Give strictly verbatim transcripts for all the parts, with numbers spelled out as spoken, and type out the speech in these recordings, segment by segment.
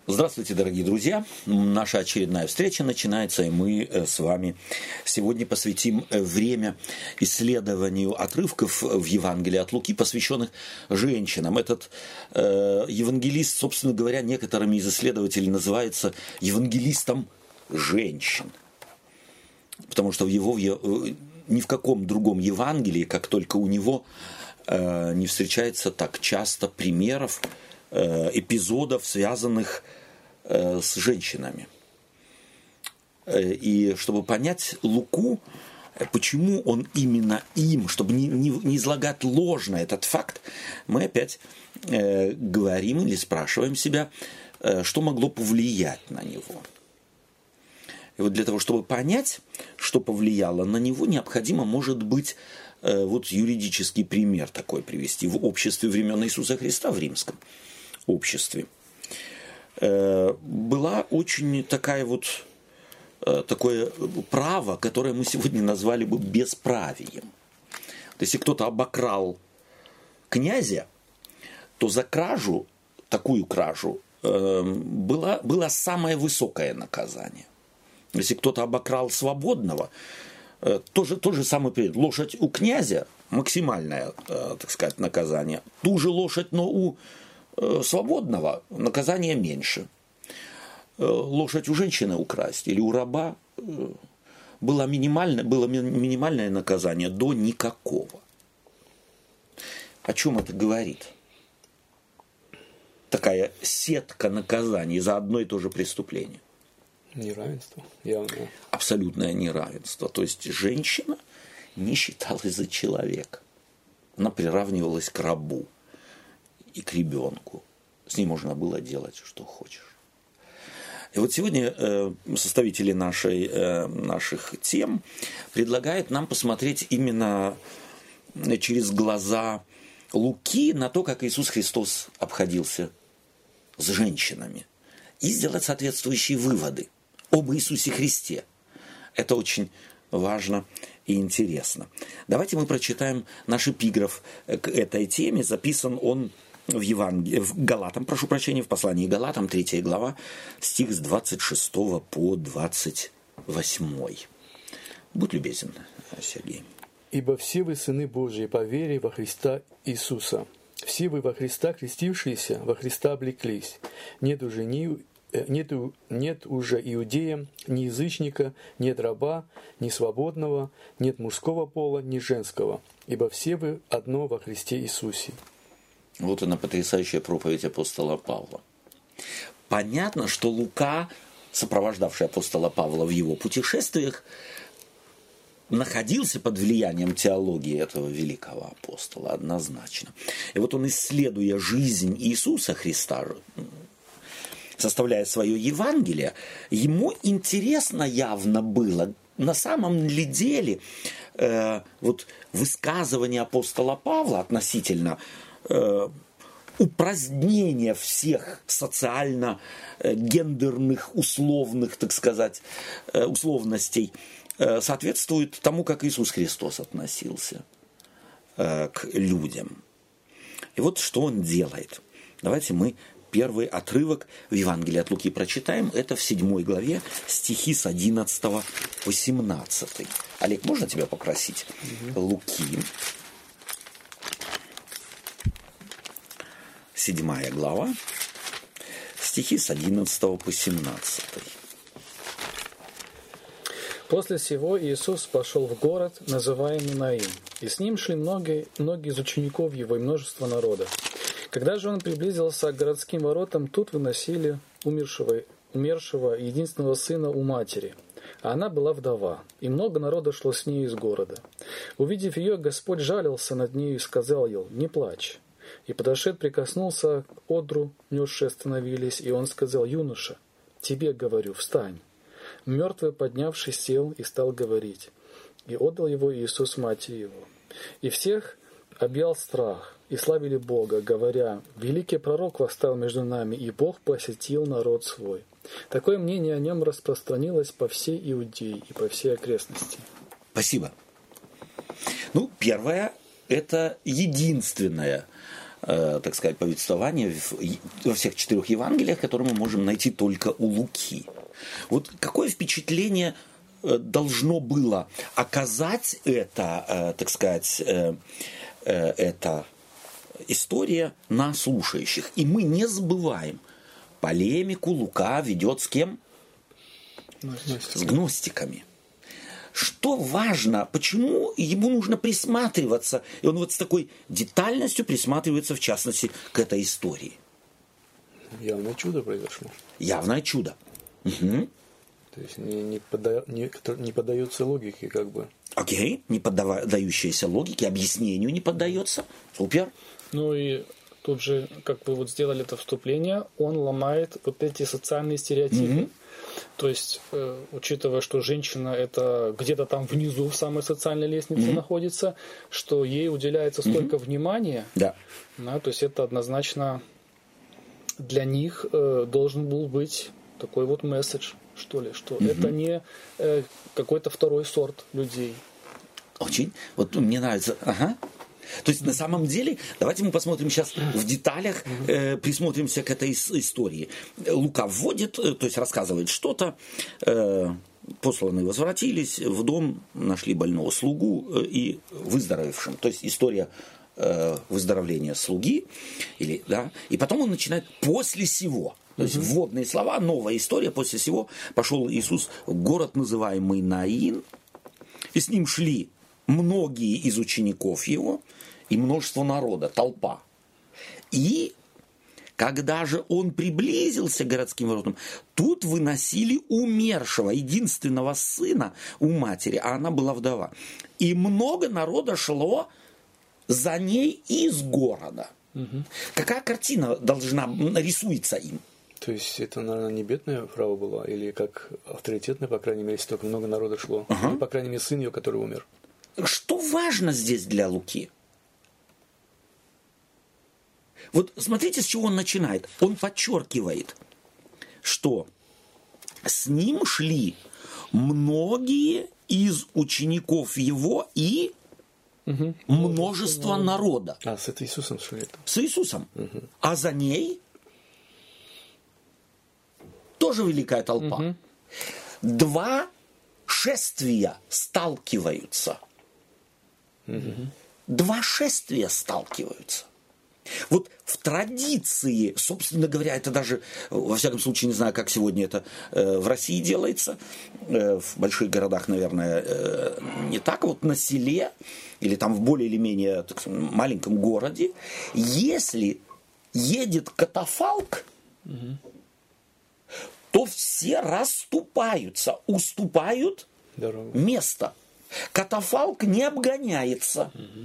Здравствуйте, дорогие друзья! Наша очередная встреча начинается, и мы с вами сегодня посвятим время исследованию отрывков в Евангелии от Луки, посвященных женщинам. Этот э, евангелист, собственно говоря, некоторыми из исследователей называется евангелистом женщин. Потому что в его, в, ни в каком другом Евангелии, как только у него, э, не встречается так часто примеров, эпизодов, связанных э, с женщинами. И чтобы понять Луку, почему он именно им, чтобы не, не, не излагать ложно этот факт, мы опять э, говорим или спрашиваем себя, э, что могло повлиять на него. И вот для того, чтобы понять, что повлияло на него, необходимо, может быть, э, вот юридический пример такой привести в обществе времен Иисуса Христа в римском обществе. Была очень такая вот, такое право, которое мы сегодня назвали бы бесправием. Если кто-то обокрал князя, то за кражу, такую кражу, было, было самое высокое наказание. Если кто-то обокрал свободного, то же, тот же самый привет. Лошадь у князя максимальное, так сказать, наказание. Ту же лошадь, но у свободного наказание меньше. Лошадь у женщины украсть или у раба было минимальное, было минимальное наказание до никакого. О чем это говорит? Такая сетка наказаний за одно и то же преступление. Неравенство, явно. Абсолютное неравенство. То есть женщина не считалась за человека. Она приравнивалась к рабу и к ребенку. С ней можно было делать, что хочешь. И вот сегодня э, составители нашей, э, наших тем предлагают нам посмотреть именно через глаза Луки на то, как Иисус Христос обходился с женщинами. И сделать соответствующие выводы об Иисусе Христе. Это очень важно и интересно. Давайте мы прочитаем наш эпиграф к этой теме. Записан он в Евангелии, в Галатам, прошу прощения, в послании Галатам, третья глава, стих с двадцать шестого по двадцать восьмой. Будь любезен, Сергей. «Ибо все вы сыны Божьи по вере во Христа Иисуса. Все вы во Христа крестившиеся, во Христа облеклись. Нет уже ни Нет, нет уже иудея, ни язычника, нет раба, ни свободного, нет мужского пола, ни женского, ибо все вы одно во Христе Иисусе». Вот она, потрясающая проповедь апостола Павла. Понятно, что Лука, сопровождавший апостола Павла в его путешествиях, находился под влиянием теологии этого великого апостола, однозначно. И вот он, исследуя жизнь Иисуса Христа, составляя свое Евангелие, ему интересно явно было, на самом ли деле, э, вот высказывание апостола Павла относительно э, упразднения всех социально-гендерных, условных, так сказать, э, условностей, э, соответствует тому, как Иисус Христос относился э, к людям. И вот что он делает. Давайте мы первый отрывок в Евангелии от Луки прочитаем. Это в седьмой главе, стихи с одиннадцатого по семнадцатый. Олег, можно тебя попросить? Угу. Луки. Седьмая глава, стихи с одиннадцатого по семнадцатый. После сего Иисус пошел в город, называемый Наин, и с ним шли многие, многие из учеников его и множество народа. Когда же он приблизился к городским воротам, тут выносили умершего, умершего единственного сына у матери. А она была вдова, и много народа шло с ней из города. Увидев ее, Господь жалился над нею и сказал ей: «Не плачь». И подошед, прикоснулся к одру, несшие остановились, и он сказал: «Юноша, тебе говорю, встань». Мертвый, поднявшись, сел и стал говорить. И отдал его Иисус матери его. И всех объял страх, и славили Бога, говоря: «Великий пророк восстал между нами, и Бог посетил народ свой». Такое мнение о нем распространилось по всей Иудее и по всей окрестности. Спасибо. Ну, первое, это единственное э, так сказать, повествование в, во всех четырех Евангелиях, которые мы можем найти только у Луки. Вот какое впечатление э, должно было оказать это, э, так сказать, э, э, эта история на слушающих. И мы не забываем, полемику Лука ведет с кем? С гностиками. Что важно, почему ему нужно присматриваться, и он вот с такой детальностью присматривается, в частности, к этой истории. Явное чудо произошло. Явное чудо. Угу. То есть не, не, подда, не, не поддается логике, как бы. Окей, не поддающаяся логике, объяснению не поддается. Супер. Ну и тут же, как вы вот сделали это вступление, он ломает вот эти социальные стереотипы. Mm-hmm. То есть, э, учитывая, что женщина это где-то там внизу, в самой социальной лестнице mm-hmm. находится, что ей уделяется столько mm-hmm. внимания, да. Да, то есть это однозначно для них э, должен был быть такой вот месседж, что ли, что mm-hmm. это не э, какой-то второй сорт людей. Очень. Вот мне нравится. Ага. То есть, на самом деле, давайте мы посмотрим сейчас в деталях, э, присмотримся к этой истории. Лука вводит, э, то есть рассказывает что-то, э, посланные возвратились в дом, нашли больного слугу э, и выздоровевшим. То есть, история э, выздоровления слуги. Или, да, и потом он начинает «после сего». То есть, вводные слова, новая история. После сего пошел Иисус в город, называемый Наин, и с ним шли многие из учеников его и множество народа, толпа. И когда же он приблизился к городским воротам, тут выносили умершего, единственного сына у матери, а она была вдова. И много народа шло за ней из города. Угу. Какая картина должна рисуется им? То есть это, наверное, не бедная фрау была, или как авторитетная, по крайней мере, если только много народа шло. Ага. Или, по крайней мере, сын ее, который умер. Что важно здесь для Луки? Вот смотрите, с чего он начинает. Он подчеркивает, что с ним шли многие из учеников его и угу. множество угу. народа. А, с это Иисусом шли? С Иисусом. Угу. А за ней тоже великая толпа. Угу. Два шествия сталкиваются. Угу. Два шествия сталкиваются. Вот в традиции, собственно говоря, это даже, во всяком случае, не знаю, как сегодня это э, в России делается, э, в больших городах, наверное, э, не так, вот на селе или там в более или менее так сказать, маленьком городе, если едет катафалк, угу. то все расступаются, уступают Дорогу. место. Катафалк не обгоняется. Угу.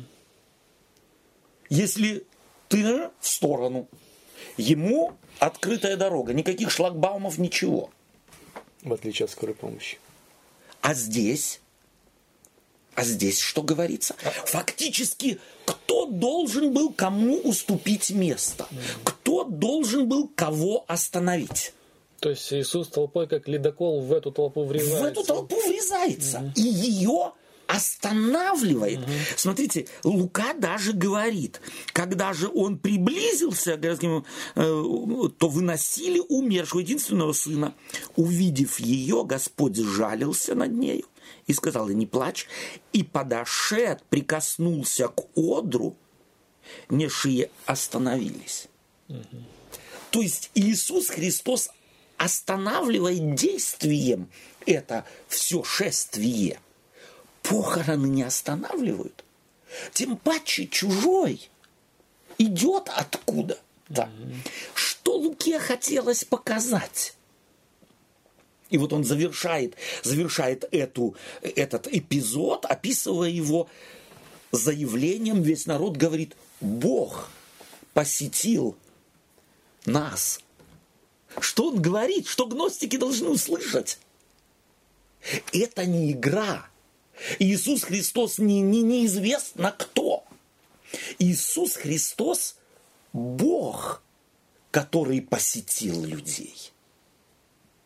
Если ты в сторону, ему открытая дорога, никаких шлагбаумов, ничего. В отличие от скорой помощи. А здесь, а здесь что говорится? Фактически, кто должен был кому уступить место? Кто должен был кого остановить? То есть Иисус толпой, как ледокол, в эту толпу врезается. В эту толпу врезается. Mm-hmm. И ее останавливает. Mm-hmm. Смотрите, Лука даже говорит, когда же он приблизился к городским, то выносили умершего единственного сына. Увидев ее, Господь сжалился над нею и сказал: не плачь. И подошед, прикоснулся к одру, несшие остановились. Mm-hmm. То есть Иисус Христос останавливает действием это все шествие. Похороны не останавливают. Тем паче чужой идет откуда-то. Mm-hmm. Что Луке хотелось показать? И вот он завершает, завершает эту, этот эпизод, описывая его заявлением. Весь народ говорит: Бог посетил нас. Что он говорит? Что гностики должны услышать? Это не игра. Иисус Христос не, не, неизвестно кто. Иисус Христос – Бог, который посетил людей.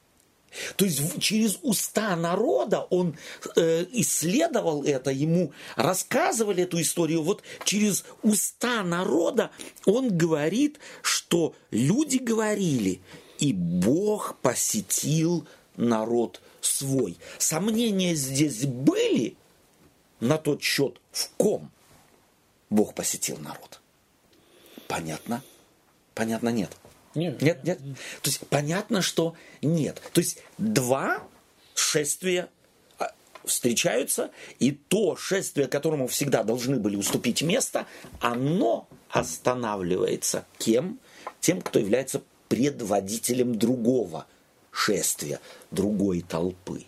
То есть через уста народа он э, исследовал это, ему рассказывали эту историю. Вот через уста народа он говорит, что люди говорили, и Бог посетил народ свой. Сомнения здесь были на тот счет, в ком Бог посетил народ. Понятно? Понятно, нет. Нет, нет, нет. То есть понятно, что нет. То есть два шествия встречаются, и то шествие, которому всегда должны были уступить место, оно останавливается кем? Тем, кто является предводителем другого шествия, другой толпы.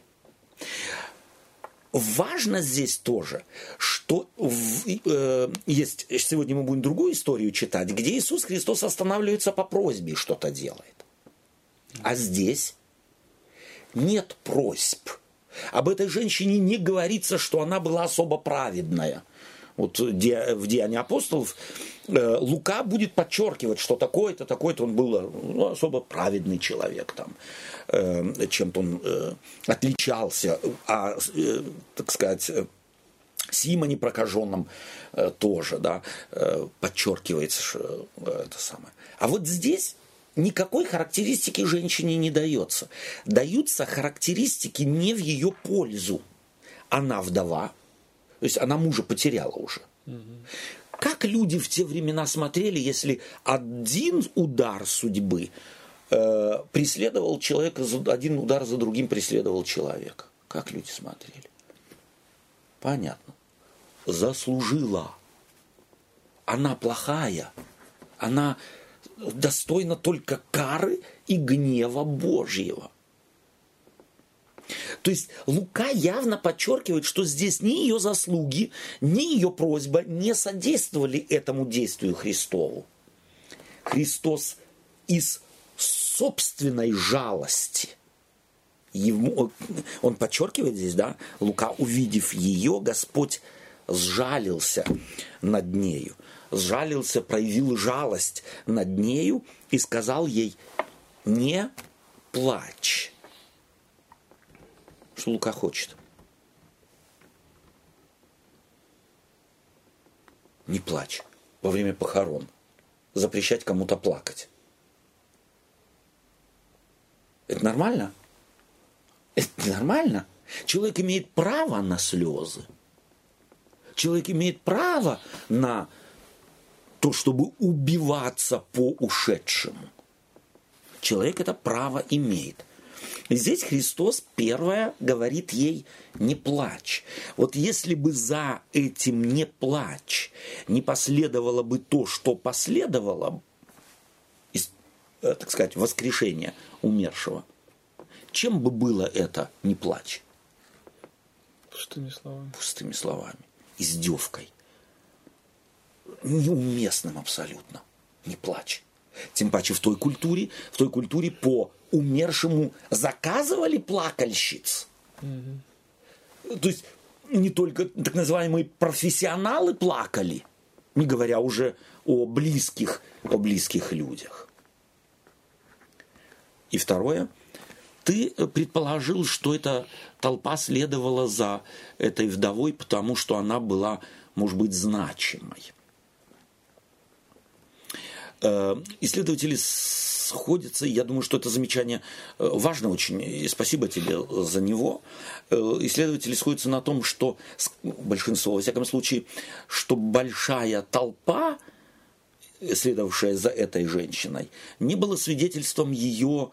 Важно здесь тоже, что в, э, есть, сегодня мы будем другую историю читать, где Иисус Христос останавливается по просьбе и что-то делает. А здесь нет просьб. Об этой женщине не говорится, что она была особо праведная. Вот в Деянии апостолов э, Лука будет подчеркивать, что такой-то, такой-то он был ну, особо праведный человек, там, э, чем-то он э, отличался, а, э, так сказать, Симоне прокаженном э, тоже, да, э, подчеркивается что, э, это самое. А вот здесь никакой характеристики женщине не дается. Даются характеристики не в ее пользу. Она вдова. То есть она мужа потеряла уже. Угу. Как люди в те времена смотрели, если один удар судьбы э, преследовал человека, один удар за другим преследовал человека? Как люди смотрели? Понятно. Заслужила. Она плохая. Она достойна только кары и гнева Божьего. То есть Лука явно подчеркивает, что здесь ни ее заслуги, ни ее просьба не содействовали этому действию Христову. Христос из собственной жалости, ему, он подчеркивает здесь, да, Лука, увидев ее, Господь сжалился над нею, сжалился, проявил жалость над нею и сказал ей: не плачь. Что Лука хочет? Не плачь во время похорон. Запрещать кому-то плакать. Это нормально? Это нормально? Человек имеет право на слезы. Человек имеет право на то, чтобы убиваться по ушедшему. Человек это право имеет. И здесь Христос первое говорит ей: не плачь. Вот если бы за этим не плачь не последовало бы то, что последовало, из, так сказать, воскрешения умершего, чем бы было это не плачь? Пустыми словами. Пустыми словами. Издевкой. Неуместным абсолютно. Не плачь. Тем паче в той культуре, в той культуре по умершему заказывали плакальщиц. Mm-hmm. То есть не только так называемые профессионалы плакали, не говоря уже о близких, о близких людях. И второе, ты предположил, что эта толпа следовала за этой вдовой, потому что она была, может быть, значимой. Исследователи сходятся, и я думаю, что это замечание важно очень, и спасибо тебе за него. Исследователи сходятся на том, что большинство, во всяком случае, что большая толпа, следовавшая за этой женщиной, не было свидетельством ее,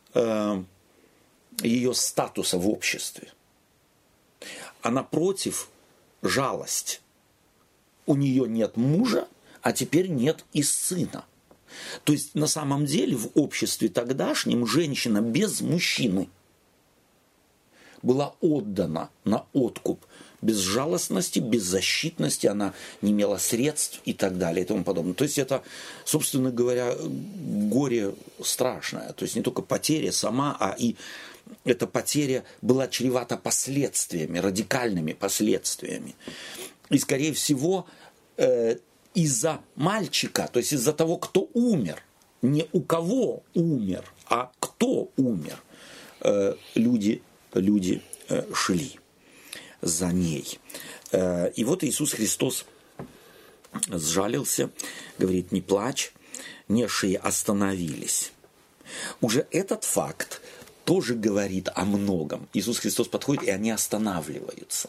ее статуса в обществе. А напротив, жалость. У нее нет мужа, а теперь нет и сына. То есть на самом деле в обществе тогдашнем женщина без мужчины была отдана на откуп безжалостности, беззащитности, она не имела средств и так далее и тому подобное. То есть это, собственно говоря, горе страшное. То есть не только потеря сама, а и эта потеря была чревата последствиями, радикальными последствиями. И, скорее всего, э, из-за мальчика, то есть из-за того, кто умер, не у кого умер, а кто умер, люди, люди шли за ней. И вот Иисус Христос сжалился, говорит: не плачь, несшие остановились. Уже этот факт тоже говорит о многом. Иисус Христос подходит, и они останавливаются.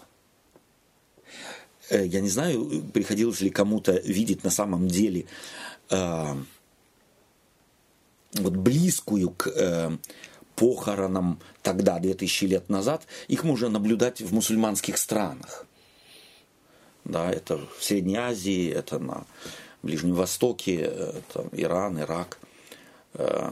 Я не знаю, приходилось ли кому-то видеть на самом деле э, вот близкую к э, похоронам тогда, две тысячи лет назад. Их можно наблюдать в мусульманских странах. Да, это в Средней Азии, это на Ближнем Востоке, это Иран, Ирак. Э,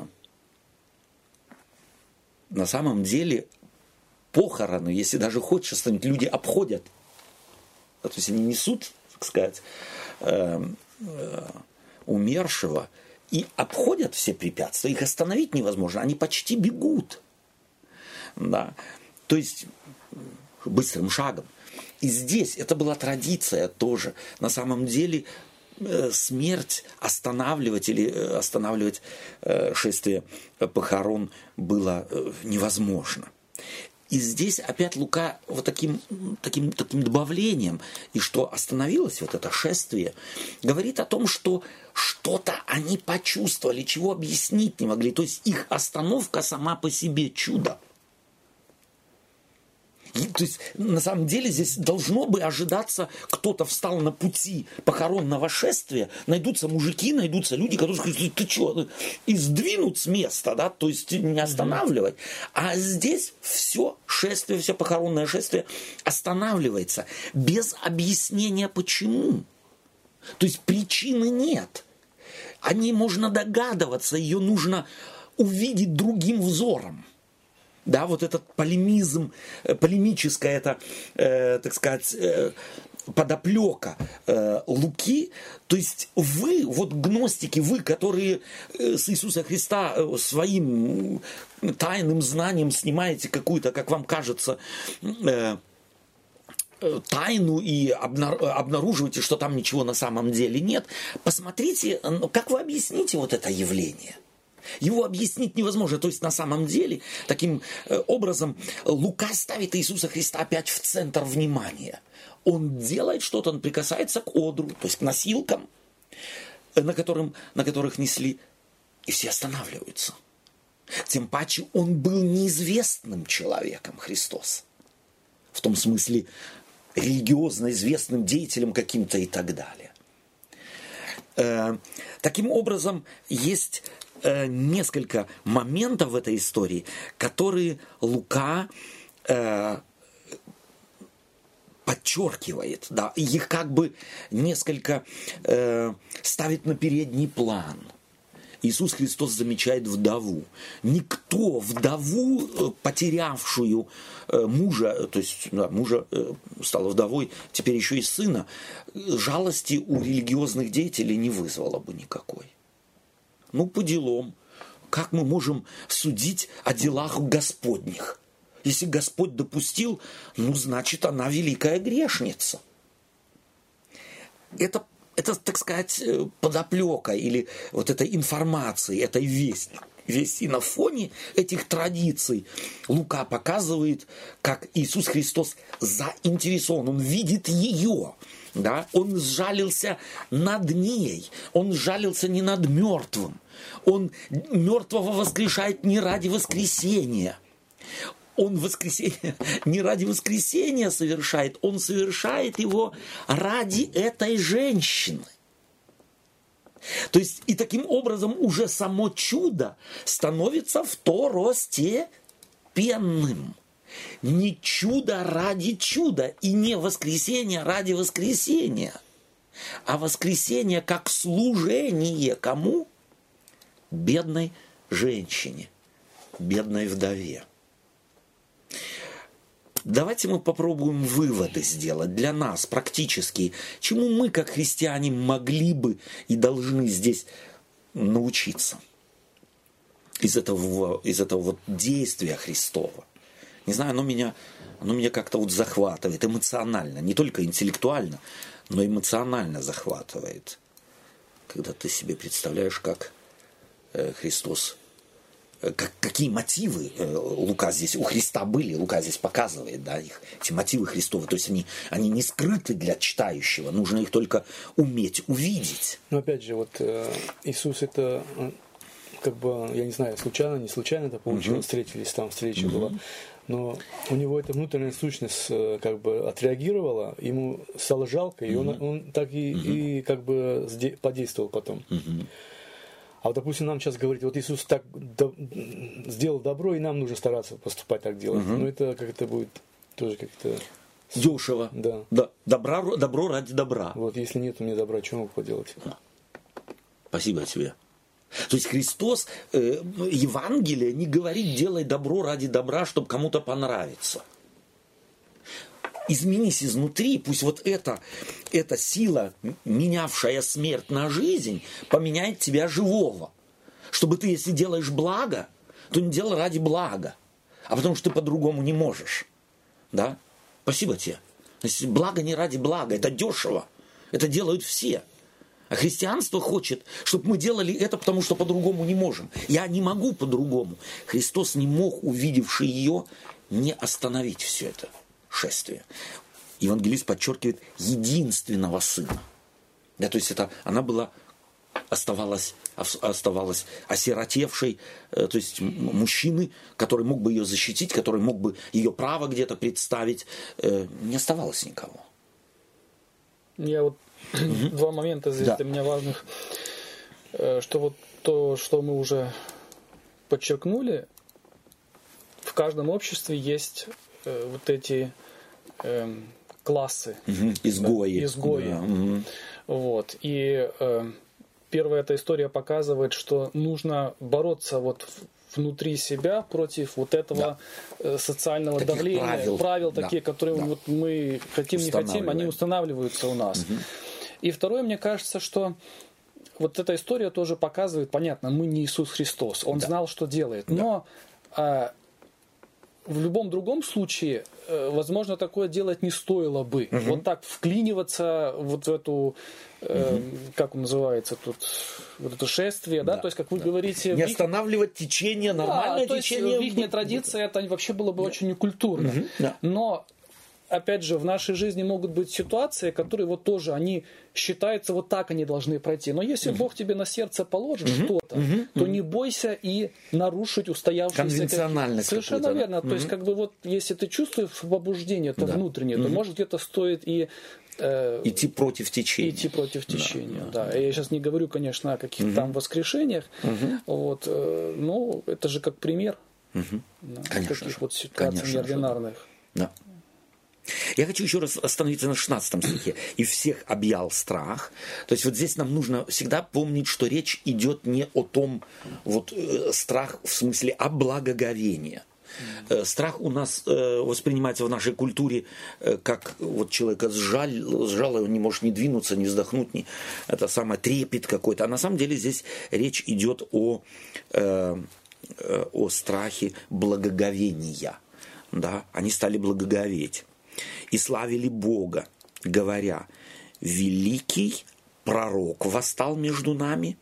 на самом деле похороны, если даже хочешь остановить, люди обходят. То есть они несут, так сказать, э, э, умершего и обходят все препятствия. Их остановить невозможно. Они почти бегут. Да. То есть быстрым шагом. И здесь это была традиция тоже. На самом деле э, смерть останавливать или э, останавливать э, шествие похорон было э, невозможно. И здесь опять Лука вот таким, таким, таким добавлением, и что остановилось вот это шествие, говорит о том, что что-то они почувствовали, чего объяснить не могли. То есть их остановка сама по себе чудо. И, то есть на самом деле здесь должно бы ожидаться, кто-то встал на пути похоронного шествия, найдутся мужики, найдутся люди, которые скажут: ты что, и сдвинут с места, да, то есть не останавливать. А здесь все шествие, все похоронное шествие останавливается без объяснения почему. То есть причины нет. О ней можно догадываться, ее нужно увидеть другим взором. Да, вот этот полемизм, полемическая, это, э, так сказать, э, подоплека э, Луки. То есть вы, вот гностики, вы, которые э, с Иисуса Христа э, своим тайным знанием снимаете какую-то, как вам кажется, э, тайну и обнаруживаете, что там ничего на самом деле нет. Посмотрите, как вы объясните вот это явление. Его объяснить невозможно. То есть на самом деле таким образом Лука ставит Иисуса Христа опять в центр внимания. Он делает что-то, он прикасается к одру, то есть к носилкам, на, которым, на которых несли, и все останавливаются. Тем паче он был неизвестным человеком, Христос. В том смысле религиозно известным деятелем каким-то и так далее. Э, таким образом, есть несколько моментов в этой истории, которые Лука э, подчеркивает, да, их как бы несколько э, ставит на передний план. Иисус Христос замечает вдову. Никто вдову, потерявшую мужа, то есть да, мужа стала вдовой, теперь еще и сына, жалости у религиозных деятелей не вызвало бы никакой. Ну, по делам. Как мы можем судить о делах Господних? Если Господь допустил, ну, значит, она великая грешница. Это, это, так сказать, подоплека или вот этой информации, этой вести. Весь и на фоне этих традиций Лука показывает, как Иисус Христос заинтересован, он видит ее. Да? Он сжалился над ней, он сжалился не над мертвым. Он мертвого воскрешает не ради воскресения. Он воскресение не ради воскресения совершает, он совершает его ради этой женщины. То есть и таким образом уже само чудо становится второстепенным. Не чудо ради чуда и не воскресение ради воскресения, а воскресение как служение кому? Бедной женщине, бедной вдове. Давайте мы попробуем выводы сделать для нас практические, чему мы, как христиане, могли бы и должны здесь научиться из этого, из этого вот действия Христова. Не знаю, оно меня, оно меня как-то вот захватывает эмоционально, не только интеллектуально, но эмоционально захватывает, когда ты себе представляешь, как Христос как, какие мотивы Лука здесь, у Христа были, Лука здесь показывает, да, их, эти мотивы Христовы, то есть они, они не скрыты для читающего, нужно их только уметь увидеть. Но опять же, вот Иисус это, как бы, я не знаю, случайно, не случайно это получилось, угу. встретились там, встреча угу. была, но у него эта внутренняя сущность как бы отреагировала, ему стало жалко, и угу. он, он так и, угу. и как бы подействовал потом. Угу. А вот, допустим, нам сейчас говорить, вот Иисус так до, сделал добро, и нам нужно стараться поступать так делать. Угу. Но это как-то будет тоже как-то... Дешево. Да. Да. Добро, добро ради добра. Вот, если нет у меня добра, что могу поделать? Спасибо тебе. То есть Христос, э, Евангелие не говорит, делай добро ради добра, чтобы кому-то понравиться. Изменись изнутри, пусть вот эта, эта сила, менявшая смерть на жизнь, поменяет тебя живого. Чтобы ты, если делаешь благо, то не делай ради блага, а потому что ты по-другому не можешь. Да? Спасибо тебе. Значит, благо не ради блага, это дешево. Это делают все. А христианство хочет, чтобы мы делали это, потому что по-другому не можем. Я не могу по-другому. Христос не мог, увидевший ее, не остановить все это шествие. Евангелист подчеркивает единственного сына. Да, то есть это, она была, оставалась, оставалась осиротевшей, то есть мужчины, который мог бы ее защитить, который мог бы ее право где-то представить, не оставалось никого. Я вот два момента здесь да. для меня важных, что вот то, что мы уже подчеркнули, в каждом обществе есть вот эти э, классы. Угу. Изгои. Да, изгои. Да. Угу. Вот. И э, первая эта история показывает, что нужно бороться вот внутри себя против вот этого да. социального таких давления, правил, правил да. такие, которые да. вот мы хотим, не хотим, они устанавливаются у нас. Угу. И второе, мне кажется, что вот эта история тоже показывает, понятно, мы не Иисус Христос, Он да. знал, что делает, да. но э, в любом другом случае, возможно, такое делать не стоило бы. Угу. Вот так вклиниваться вот в эту, э, угу. как он называется тут, вот это шествие, да, да? То есть, как вы да. говорите... Не их... останавливать течение, нормальное да, течение. То есть, в их традиции это вообще было бы да. очень некультурно. Угу. Да. Но... Опять же, в нашей жизни могут быть ситуации, которые вот тоже, они считаются, вот так они должны пройти. Но если uh-huh. Бог тебе на сердце положит uh-huh. что-то, uh-huh. то не бойся и нарушить устоявшиеся... Конвенциональность. Совершенно верно. Uh-huh. То есть, как бы вот, если ты чувствуешь побуждение это да. внутреннее, uh-huh. то, может, где-то стоит и... Э, идти против течения. Идти против течения, да. да. да. Я сейчас не говорю, конечно, о каких-то uh-huh. там воскрешениях, uh-huh. вот, э, но это же как пример uh-huh. да, таких же. Вот ситуаций конечно неординарных. Же. Да. Я хочу еще раз остановиться на шестнадцатом стихе. «И всех объял страх». То есть вот здесь нам нужно всегда помнить, что речь идет не о том, вот э, страх в смысле, а благоговение. Э, страх у нас э, воспринимается в нашей культуре э, как вот человека сжали, сжало, он не может ни двинуться, ни вздохнуть, ни, это самое трепет какой-то. А на самом деле здесь речь идет о, э, э, о страхе благоговения. Да? Они стали благоговеть. И славили Бога, говоря, великий пророк восстал между нами.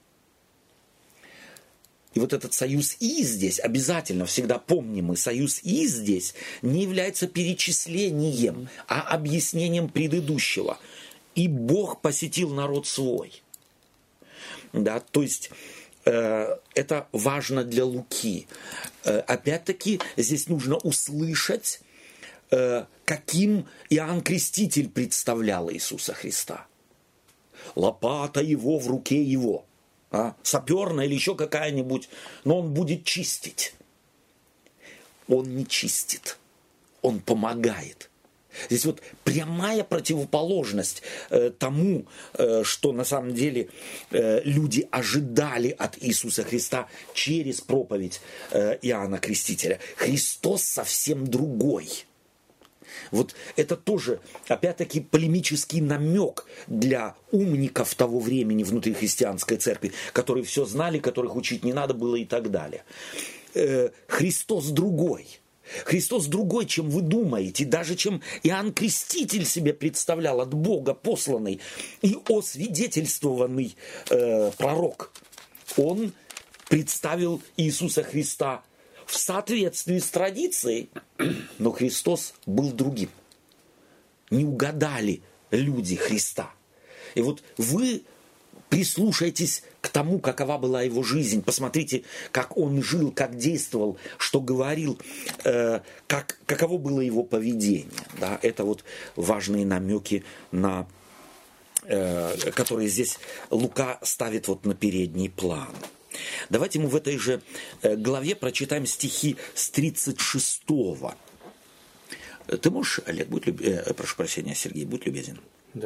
И вот этот союз «и» здесь, обязательно, всегда помним мы, союз «и» здесь не является перечислением, а объяснением предыдущего. И Бог посетил народ свой. Да, то есть... Это важно для Луки. Опять-таки, здесь нужно услышать, каким Иоанн Креститель представлял Иисуса Христа. Лопата его в руке его. А? Саперная или еще какая-нибудь. Но он будет чистить. Он не чистит. Он помогает. Здесь вот прямая противоположность э, тому, э, что на самом деле э, люди ожидали от Иисуса Христа через проповедь э, Иоанна Крестителя. Христос совсем другой. Вот это тоже, опять-таки, полемический намек для умников того времени внутри христианской церкви, которые все знали, которых учить не надо было и так далее. Э, Христос другой. Христос другой, чем вы думаете, даже чем Иоанн Креститель себе представлял, от Бога посланный и освидетельствованный э, пророк. Он представил Иисуса Христа в соответствии с традицией, но Христос был другим. Не угадали люди Христа. И вот вы прислушайтесь к тому, какова была его жизнь. Посмотрите, как он жил, как действовал, что говорил, э, как, каково было его поведение. Да? Это вот важные намеки, на, э, которые здесь Лука ставит вот на передний план. Давайте мы в этой же главе прочитаем стихи с тридцать шестого. Ты можешь, Олег, будь люб... э, прошу прощения, Сергей, будь любезен. Да.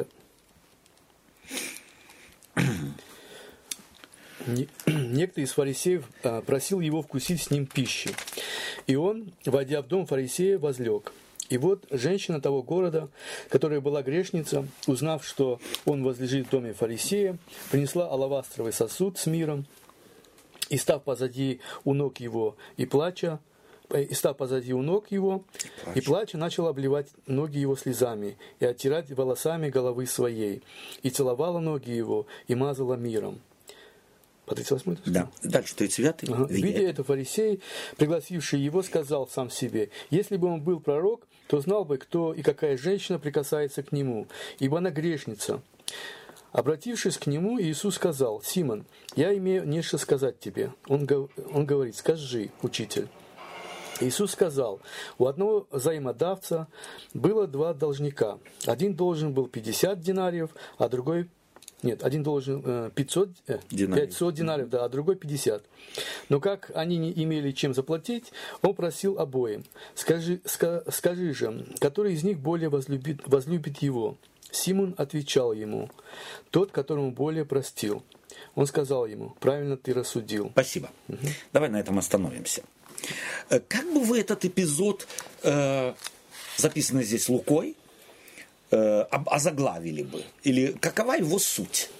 Некто из фарисеев просил его вкусить с ним пищи. И он, войдя в дом фарисея, возлег. И вот женщина того города, которая была грешница, узнав, что он возлежит в доме фарисея, принесла алавастровый сосуд с миром, и став позади у ног его и плача, и став позади у ног его, и плача, начала обливать ноги его слезами и оттирать волосами головы своей, и целовала ноги его, и мазала миром. По тридцать восьмой? Да, дальше тридцать девятый. Ага. Видя это, фарисей, пригласивший его, сказал сам себе: если бы он был пророк, то знал бы, кто и какая женщина прикасается к нему, ибо она грешница. Обратившись к нему, Иисус сказал: Симон, я имею нечто сказать тебе. Он, он говорит: скажи, учитель. Иисус сказал: у одного взаимодавца было два должника. Один должен был пятьдесят динариев, а другой... Нет, один должен пятьсот динариев, пятьсот динариев, да, а другой пятьдесят. Но как они не имели чем заплатить, он просил обоим: скажи, ска, скажи же, который из них более возлюбит, возлюбит его? Симон отвечал ему: тот, которому более простил. Он сказал ему: правильно ты рассудил. Спасибо. Угу. Давай на этом остановимся. Как бы вы этот эпизод, э, записанный здесь Лукой, э, озаглавили бы? Или какова его суть?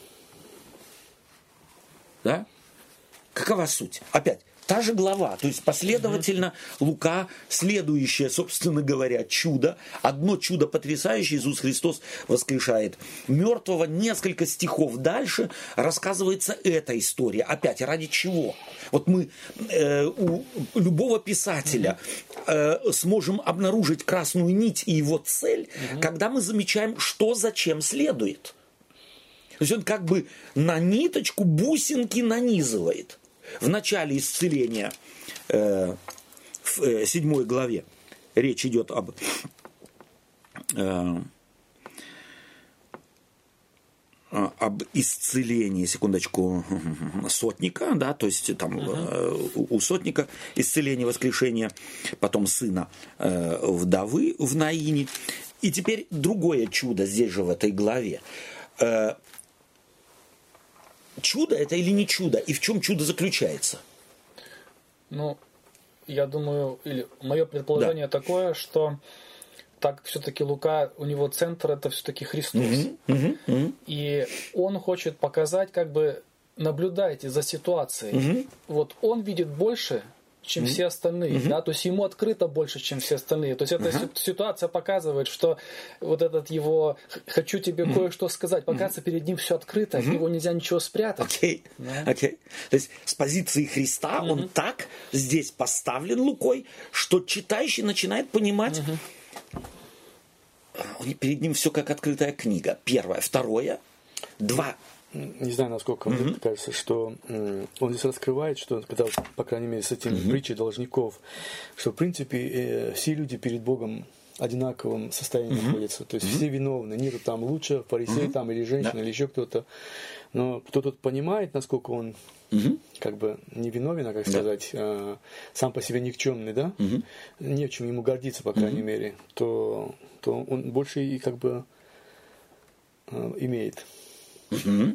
Да? Какова суть? Опять, та же глава, то есть последовательно Лука, следующее, собственно говоря, чудо. Одно чудо потрясающее, Иисус Христос воскрешает мертвого. Несколько стихов дальше рассказывается эта история. Опять, ради чего? Вот мы э, у любого писателя э, сможем обнаружить красную нить и его цель, когда мы замечаем, что зачем следует. То есть он как бы на ниточку бусинки нанизывает. В начале исцеления, э, в э, седьмой главе, речь идет об, э, об исцелении, секундочку, сотника, да, то есть там uh-huh. э, у сотника исцеление, воскрешение, потом сына э, вдовы в Наине. И теперь другое чудо здесь же в этой главе. Э, Чудо это или не чудо? И в чем чудо заключается? Ну, я думаю, или мое предположение да. такое, что так все-таки Лука, у него центр это все-таки Христос. Mm-hmm. Mm-hmm. И он хочет показать, как бы наблюдайте за ситуацией. Mm-hmm. Вот он видит больше, чем mm-hmm. все остальные, mm-hmm. да, то есть ему открыто больше, чем все остальные. То есть эта uh-huh. ситуация показывает, что вот этот его «хочу тебе mm-hmm. кое-что сказать», показывается, mm-hmm. перед ним все открыто, mm-hmm. от него нельзя ничего спрятать. Окей, okay. да? okay. То есть с позиции Христа mm-hmm. он так здесь поставлен Лукой, что читающий начинает понимать, mm-hmm. перед ним все как открытая книга. Первое. Второе. Два. Не знаю, насколько mm-hmm. мне кажется, что м, он здесь раскрывает, что, когда, по крайней мере, с этим mm-hmm. притчей должников, что, в принципе, э, все люди перед Богом в одинаковом состоянии mm-hmm. находятся. То есть mm-hmm. все виновны. Нету там лучше, фарисей mm-hmm. там, или женщина, да. или еще кто-то. Но кто-то понимает, насколько он mm-hmm. как бы не виновен, а как да. сказать, э, сам по себе никчемный, да? Mm-hmm. Не в чем ему гордиться, по крайней mm-hmm. мере, то, то он больше и как бы э, имеет. Угу.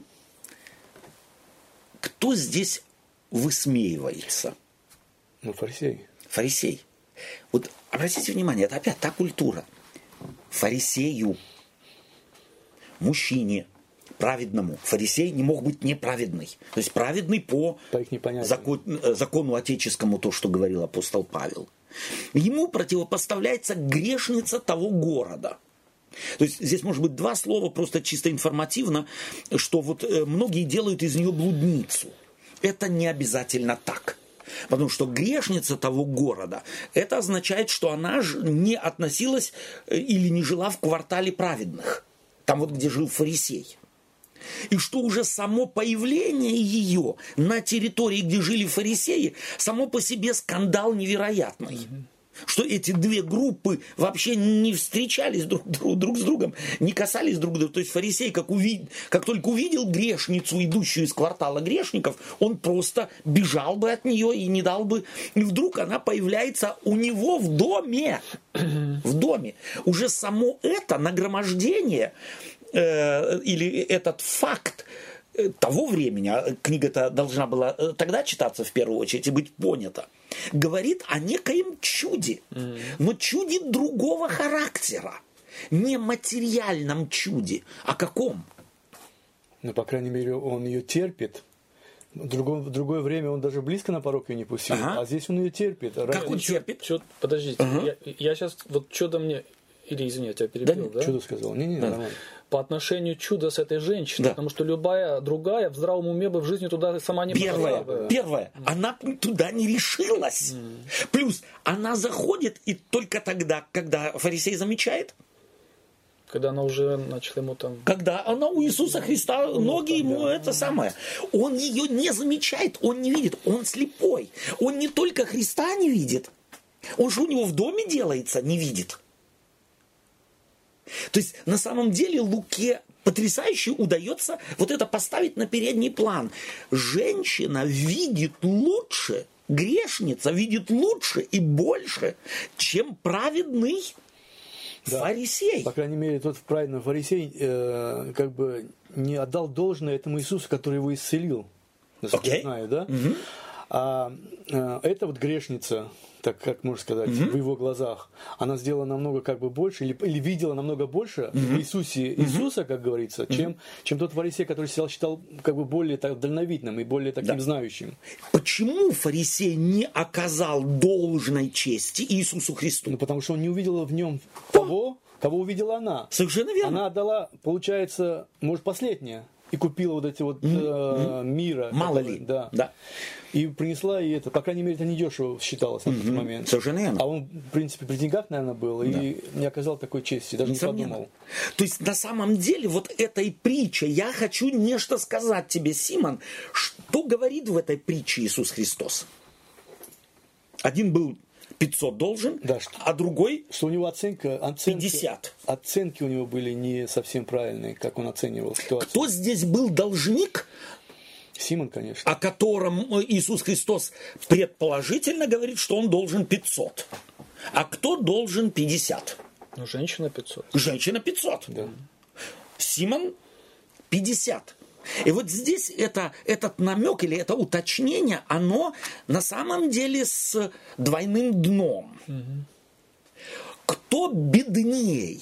Кто здесь высмеивается? Ну, фарисей. Фарисей. Вот обратите внимание, это опять та культура. Фарисею, мужчине, праведному. Фарисей не мог быть неправедный. То есть праведный по, по закон, закону отеческому, то, что говорил апостол Павел. Ему противопоставляется грешница того города. То есть здесь может быть два слова, просто чисто информативно, что вот многие делают из нее блудницу. это не обязательно так. Потому что грешница того города, это означает, что она не относилась или не жила в квартале праведных. Там вот, где жил фарисей. И что уже само появление ее на территории, где жили фарисеи, само по себе скандал невероятный. Что эти две группы вообще не встречались друг, друг, друг с другом, не касались друг друга. То есть фарисей, как, увид... как только увидел грешницу, идущую из квартала грешников, он просто бежал бы от нее и не дал бы... И вдруг она появляется у него в доме. В доме. Уже само это нагромождение э, или этот факт того времени, а книга-то должна была тогда читаться в первую очередь и быть понята, говорит о некоем чуде, mm. но чуде другого характера, не материальном чуде, а каком? Ну, по крайней мере, он ее терпит. В другое, в другое время он даже близко на порог ее не пустил, ага. а здесь он ее терпит. Как он терпит? Чё, подождите, uh-huh. я, я сейчас, вот чудо мне, или извини, я тебя перебил, да? да? Чудо сказал, не-не, да. нормально. По отношению чуда с этой женщиной, да. потому что любая другая в здравом уме бы в жизни туда сама не первое, пошла бы. Первое, mm. она туда не решилась. Mm. Плюс она заходит и только тогда, когда фарисей замечает. Когда она уже начала ему там... Когда она у Иисуса Христа, ноги ему да. это самое. Он ее не замечает, он не видит, он слепой. Он не только Христа не видит, он же у него в доме делается, не видит. То есть, на самом деле, Луке потрясающе удается вот это поставить на передний план. Женщина видит лучше, грешница видит лучше и больше, чем праведный да. фарисей. По крайней мере, тот праведный фарисей э, как бы не отдал должное этому Иисусу, который его исцелил. Насколько okay. я знаю, да? Mm-hmm. А э, эта вот грешница, так как можно сказать, mm-hmm. в его глазах, она сделала намного как бы больше, или, или видела намного больше mm-hmm. в Иисусе, mm-hmm. Иисуса, как говорится, mm-hmm. чем, чем тот фарисей, который себя считал как бы более так, дальновидным и более таким да. знающим. Почему фарисей не оказал должной чести Иисусу Христу? Ну, потому что он не увидел в нем того, кого увидела она. Совершенно верно. Она отдала, получается, может, последнее. И купила вот эти вот mm-hmm. э, мира. Мало которые, ли. Да. да. И принесла ей это. По крайней мере, это недешево считалось на mm-hmm. тот момент. Совершенно верно. А он, в принципе, при деньгах, наверное, был. Да. И не оказал такой чести. Даже Несомненно. не подумал. То есть, на самом деле, вот этой притчей я хочу нечто сказать тебе, Симон. Что говорит в этой притче Иисус Христос? Один был пятьсот должен, да, что, а другой что у него оценка, оценка, пятьдесят. Оценки у него были не совсем правильные, как он оценивал ситуацию. Кто здесь был должник? Симон, конечно. О котором Иисус Христос предположительно говорит, что он должен пятьсот. А кто должен пятьдесят? Ну, женщина пятьсот. Женщина пятьсот. Да. Симон пятьдесят. И вот здесь это, этот намек или это уточнение, оно на самом деле с двойным дном. Угу. Кто бедней?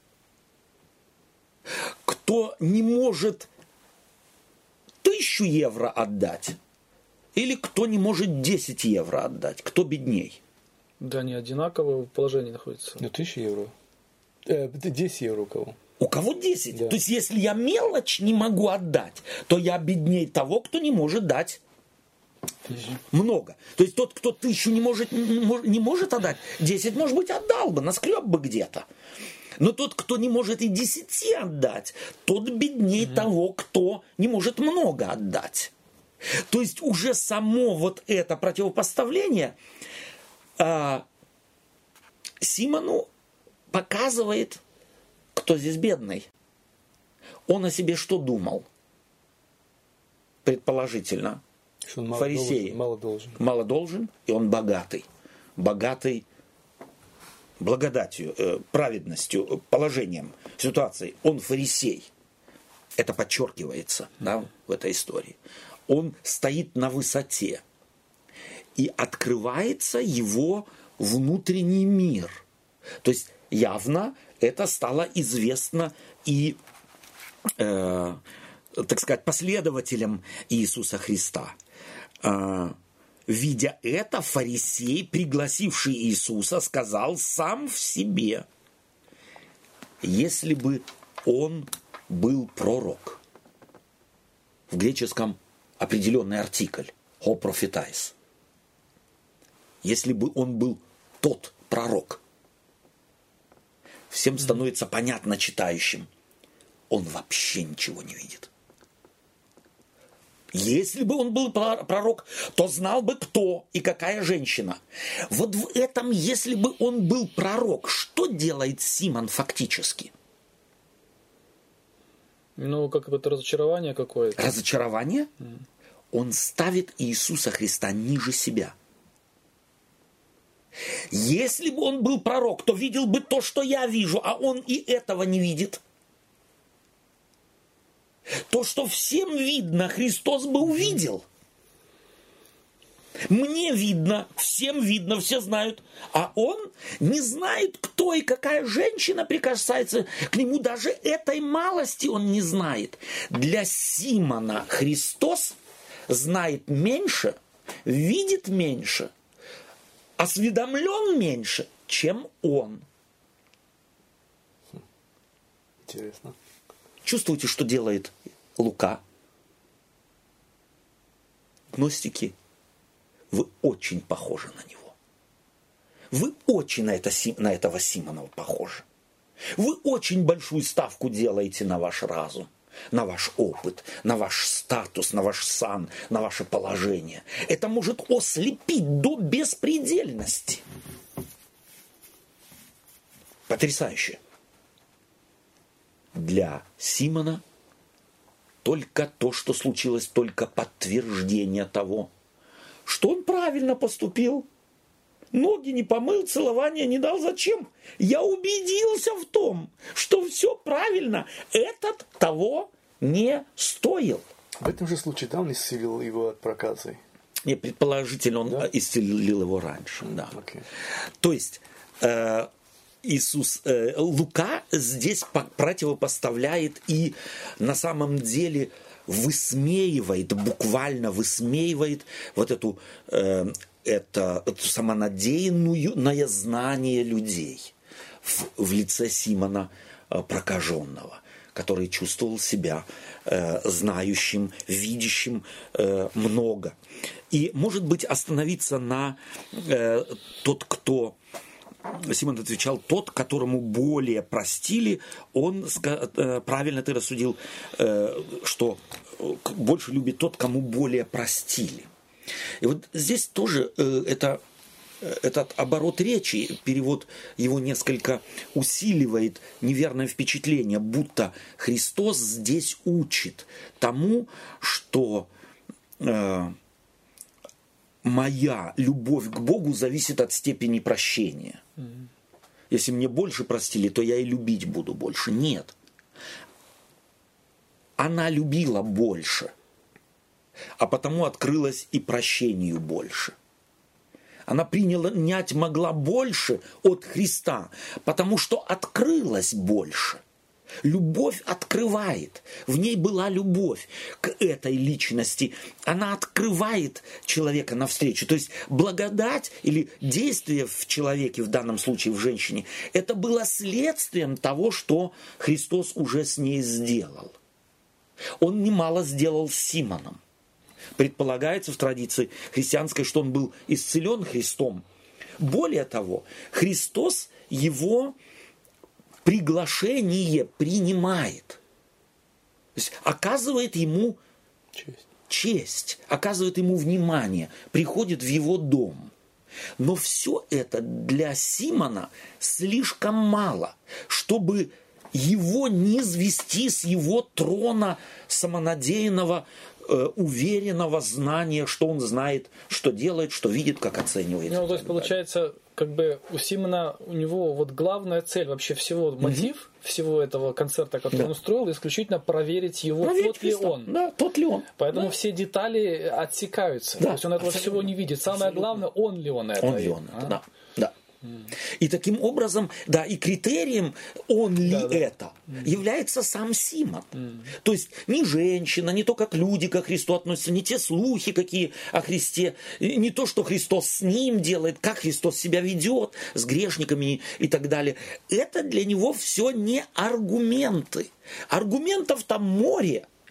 Кто не может тысячу евро отдать? Или кто не может десять евро отдать? Кто бедней? Да, они одинаково в положении находятся. Ну, тысяча евро. Э, десять евро у кого? У кого десять? Да. То есть, если я мелочь не могу отдать, то я бедней того, кто не может дать угу. много. То есть, тот, кто тысячу не может, не может отдать, десять, может быть, отдал бы, наскреб бы где-то. Но тот, кто не может и десяти отдать, тот бедней угу. того, кто не может много отдать. То есть, уже само вот это противопоставление а, Симону показывает, кто здесь бедный. Он о себе что думал? Предположительно. Что он мало фарисеи. Должен, мало должен. Мало должен, и он богатый. Богатый благодатью, э, праведностью, положением, ситуацией. Он фарисей. Это подчеркивается да, в этой истории. Он стоит на высоте. И открывается его внутренний мир. То есть явно это стало известно и, э, так сказать, последователям Иисуса Христа. Э, видя это, фарисей, пригласивший Иисуса, сказал сам в себе: если бы он был пророк. В греческом определенный артикль, «ho prophetais». Если бы он был тот пророк, всем становится понятно читающим, он вообще ничего не видит. Если бы он был пророк, то знал бы, кто и какая женщина. Вот в этом, если бы он был пророк, что делает Симон фактически? Ну, как бы это разочарование какое-то. Разочарование? Mm. Он ставит Иисуса Христа ниже себя. Если бы он был пророк, то видел бы то, что я вижу, а он и этого не видит. То, что всем видно, Христос бы увидел. Мне видно, всем видно, все знают. А он не знает, кто и какая женщина прикасается к нему. Даже этой малости он не знает. Для Симона Христос знает меньше, видит меньше, осведомлен меньше, чем он. Интересно. Чувствуете, что делает Лука? Гностики, вы очень похожи на него. Вы очень на, это, на этого Симонова похожи. Вы очень большую ставку делаете на ваш разум, на ваш опыт, на ваш статус, на ваш сан, на ваше положение. Это может ослепить до беспредельности. Потрясающе. Для Симона только то, что случилось, только подтверждение того, что он правильно поступил. Ноги не помыл, целования не дал. Зачем? Я убедился в том, что все правильно. Этот того не стоил. В этом же случае, да, он исцелил его от проказы? Не, предположительно, он да? исцелил его раньше. Да. Okay. То есть... Э, Иисус, э, Лука здесь противопоставляет и на самом деле высмеивает, буквально высмеивает вот эту, э, это, это самонадеянное знание людей в, в лице Симона э, прокаженного, который чувствовал себя э, знающим, видящим э, много. И, может быть, остановиться на э, тот, кто... Симон отвечал, тот, которому более простили, он, правильно ты рассудил, что больше любит тот, кому более простили. И вот здесь тоже это, этот оборот речи, перевод его несколько усиливает неверное впечатление, будто Христос здесь учит тому, что... моя любовь к Богу зависит от степени прощения. Mm-hmm. Если мне больше простили, то я и любить буду больше. Нет. Она любила больше, а потому открылась и прощению больше. Она принять могла больше от Христа, потому что открылась больше. Любовь открывает. В ней была любовь к этой личности. Она открывает человека навстречу. То есть благодать или действие в человеке, в данном случае в женщине, это было следствием того, что Христос уже с ней сделал. Он немало сделал с Симоном. Предполагается в традиции христианской, что он был исцелен Христом. Более того, Христос его... приглашение принимает. То есть оказывает ему честь. честь, оказывает ему внимание, приходит в его дом. Но все это для Симона слишком мало, чтобы его не низвести с его трона самонадеянного, э, уверенного знания, что он знает, что делает, что видит, как оценивает. Ну, то есть, получается, как бы у Симона, у него вот главная цель вообще всего, мотив mm-hmm. всего этого концерта, который да. он устроил, исключительно проверить его, проверить тот Христа. ли он. Да, тот ли он. Поэтому да. все детали отсекаются. Да, то есть он этого абсолютно. всего не видит. Самое абсолютно. главное, он ли он это. Он ли он это, а? да. да. И таким образом, да, и критерием, он ли да, да. это, mm. является сам Симон. Mm. То есть не женщина, не то, как люди ко Христу относятся, не те слухи, какие о Христе, не то, что Христос с ним делает, как Христос себя ведет с грешниками и так далее. Это для него все не аргументы. Аргументов там море.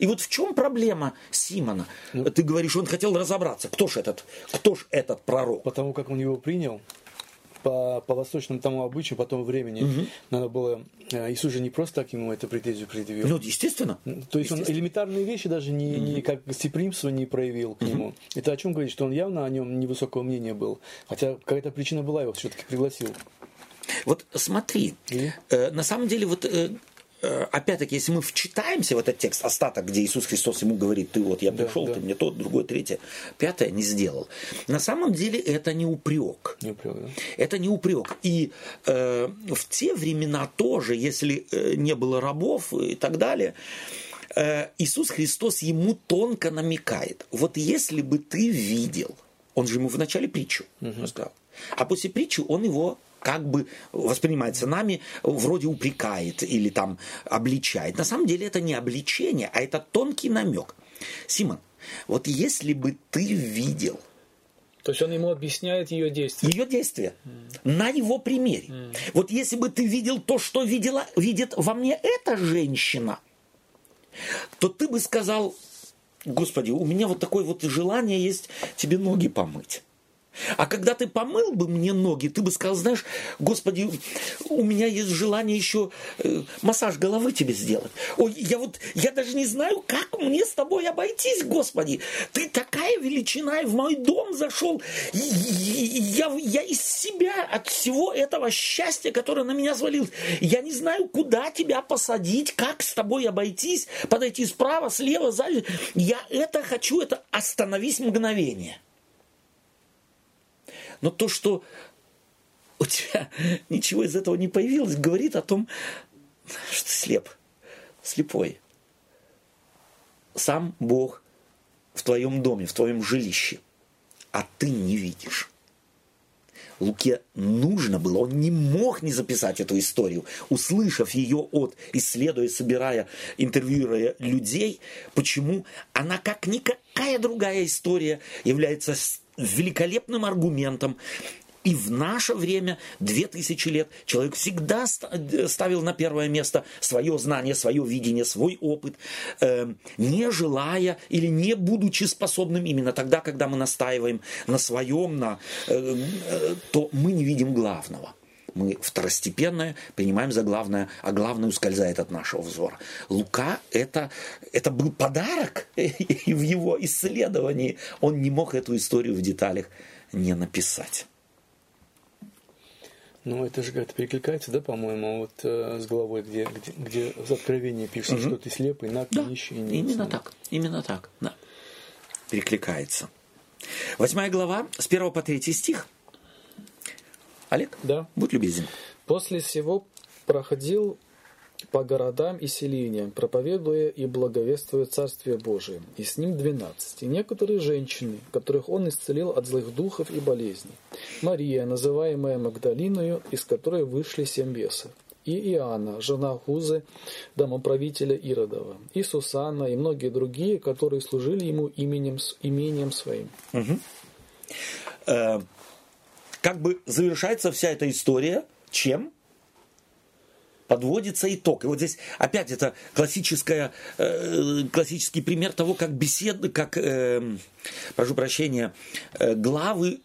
И вот в чем проблема Симона? Ну, ты говоришь, он хотел разобраться, кто ж этот, кто ж этот пророк? Потому как он его принял, по, по восточному тому обычаю, по тому времени, угу. надо было... Иисус же не просто так ему эту претензию предъявил. Ну, естественно. То есть он элементарные вещи даже не, не как гостеприимство не проявил к нему. Угу. Это о чем говорит, что он явно о нем невысокого мнения был. Хотя какая-то причина была, его все-таки пригласил. Вот смотри, И? э, на самом деле вот... Э, опять-таки, если мы вчитаемся в этот текст, остаток, где Иисус Христос ему говорит, ты вот, я пришел, да, да. ты мне то, другое, третье, пятое не сделал. На самом деле это не упрек. Не упрек, да? Это не упрек. И э, в те времена тоже, если э, не было рабов и так далее, э, Иисус Христос ему тонко намекает. Вот если бы ты видел, он же ему в начале притчу угу. сказал, а после притчи он его... как бы воспринимается нами, вроде упрекает или там обличает. На самом деле это не обличение, а это тонкий намек. Симон, вот если бы ты видел... То есть он ему объясняет ее действия. Ее действия. Mm. На его примере. Mm. Вот если бы ты видел то, что видела, видит во мне эта женщина, то ты бы сказал, Господи, у меня вот такое вот желание есть тебе ноги помыть. А когда ты помыл бы мне ноги, ты бы сказал, знаешь, Господи, у меня есть желание еще э, массаж головы тебе сделать. Ой, я вот, я даже не знаю, как мне с тобой обойтись, Господи. Ты такая величина, и в мой дом зашел. И, и, я, я из себя, от всего этого счастья, которое на меня свалилось, я не знаю, куда тебя посадить, как с тобой обойтись, подойти справа, слева, сзади. Я это хочу, это остановись мгновение. Но то, что у тебя ничего из этого не появилось, говорит о том, что ты слеп, слепой. Сам Бог в твоем доме, в твоем жилище, а ты не видишь. Луке нужно было, он не мог не записать эту историю, услышав ее от, исследуя, собирая, интервьюируя людей. Почему? Она, как никакая другая история, является великолепным аргументом. И в наше время, две тысячи лет, человек всегда ставил на первое место свое знание, свое видение, свой опыт, э, не желая или не будучи способным именно тогда, когда мы настаиваем на своем, на, э, э, то мы не видим главного. Мы второстепенное принимаем за главное, а главное ускользает от нашего взора. Лука это, это был подарок, и в его исследовании он не мог эту историю в деталях не написать. Ну, это же как-то перекликается, да, по-моему, вот э, с головой, где, где, где в Откровении пишется, угу. что ты слепый, наг, да, нищий. Именно так, именно так, да. Перекликается. Восьмая глава, с первого по третий стих. Олег, да. Будь любезен. После сего проходил по городам и селениям, проповедуя и благовествуя Царствие Божие, и с ним двенадцать. И некоторые женщины, которых он исцелил от злых духов и болезней. Мария, называемая Магдалиною, из которой вышли семь бесов. И Иоанна, жена Хузы, домоправителя Иродова. И Сусанна, и многие другие, которые служили ему именем, имением своим. Угу. Э, как бы завершается вся эта история чем? Подводится итог. И вот здесь опять это классическая, э, классический пример того, как беседы, как, э, прошу прощения, э, главы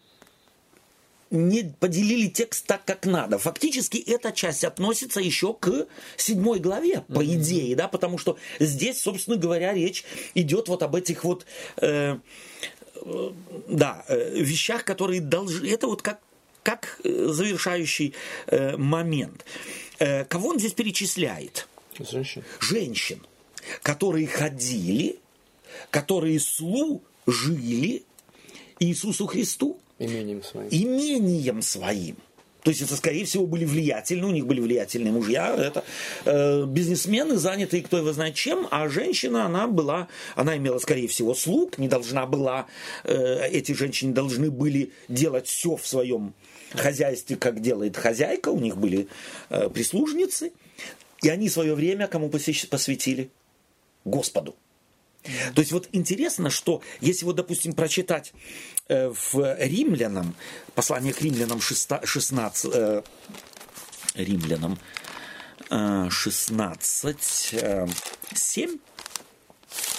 не поделили текст так, как надо. Фактически эта часть относится еще к седьмой главе, по mm-hmm. идее, да, потому что здесь, собственно говоря, речь идет вот об этих вот э, э, да, э, вещах, которые должны... Это вот как, как завершающий э, момент. Кого он здесь перечисляет? Женщин. Женщин, которые ходили, которые служили Иисусу Христу имением своим. Имением своим. То есть это, скорее всего, были влиятельные, у них были влиятельные мужья, это э, бизнесмены, занятые кто его знает чем, а женщина, она была, она имела, скорее всего, слуг, не должна была, э, эти женщины должны были делать все в своем хозяйстве, как делает хозяйка, у них были э, прислужницы, и они свое время кому посвятили? Господу. Mm-hmm. То есть вот интересно, что если вот, допустим, прочитать э, в Римлянам, послание к Римлянам шестнадцать, э, Римлянам э, шестнадцать, э, семь,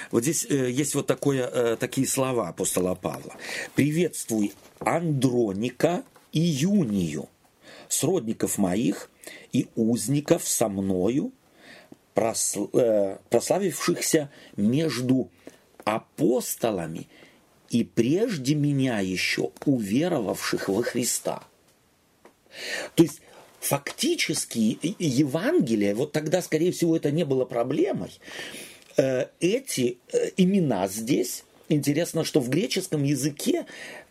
Вот здесь э, есть вот такое, э, такие слова апостола Павла. «Приветствуй Андроника и Юнию, сродников моих и узников со мною, просл, э, прославившихся между апостолами и прежде меня еще уверовавших во Христа». То есть фактически Евангелие, вот тогда, скорее всего, это не было проблемой. Эти имена здесь, интересно, что в греческом языке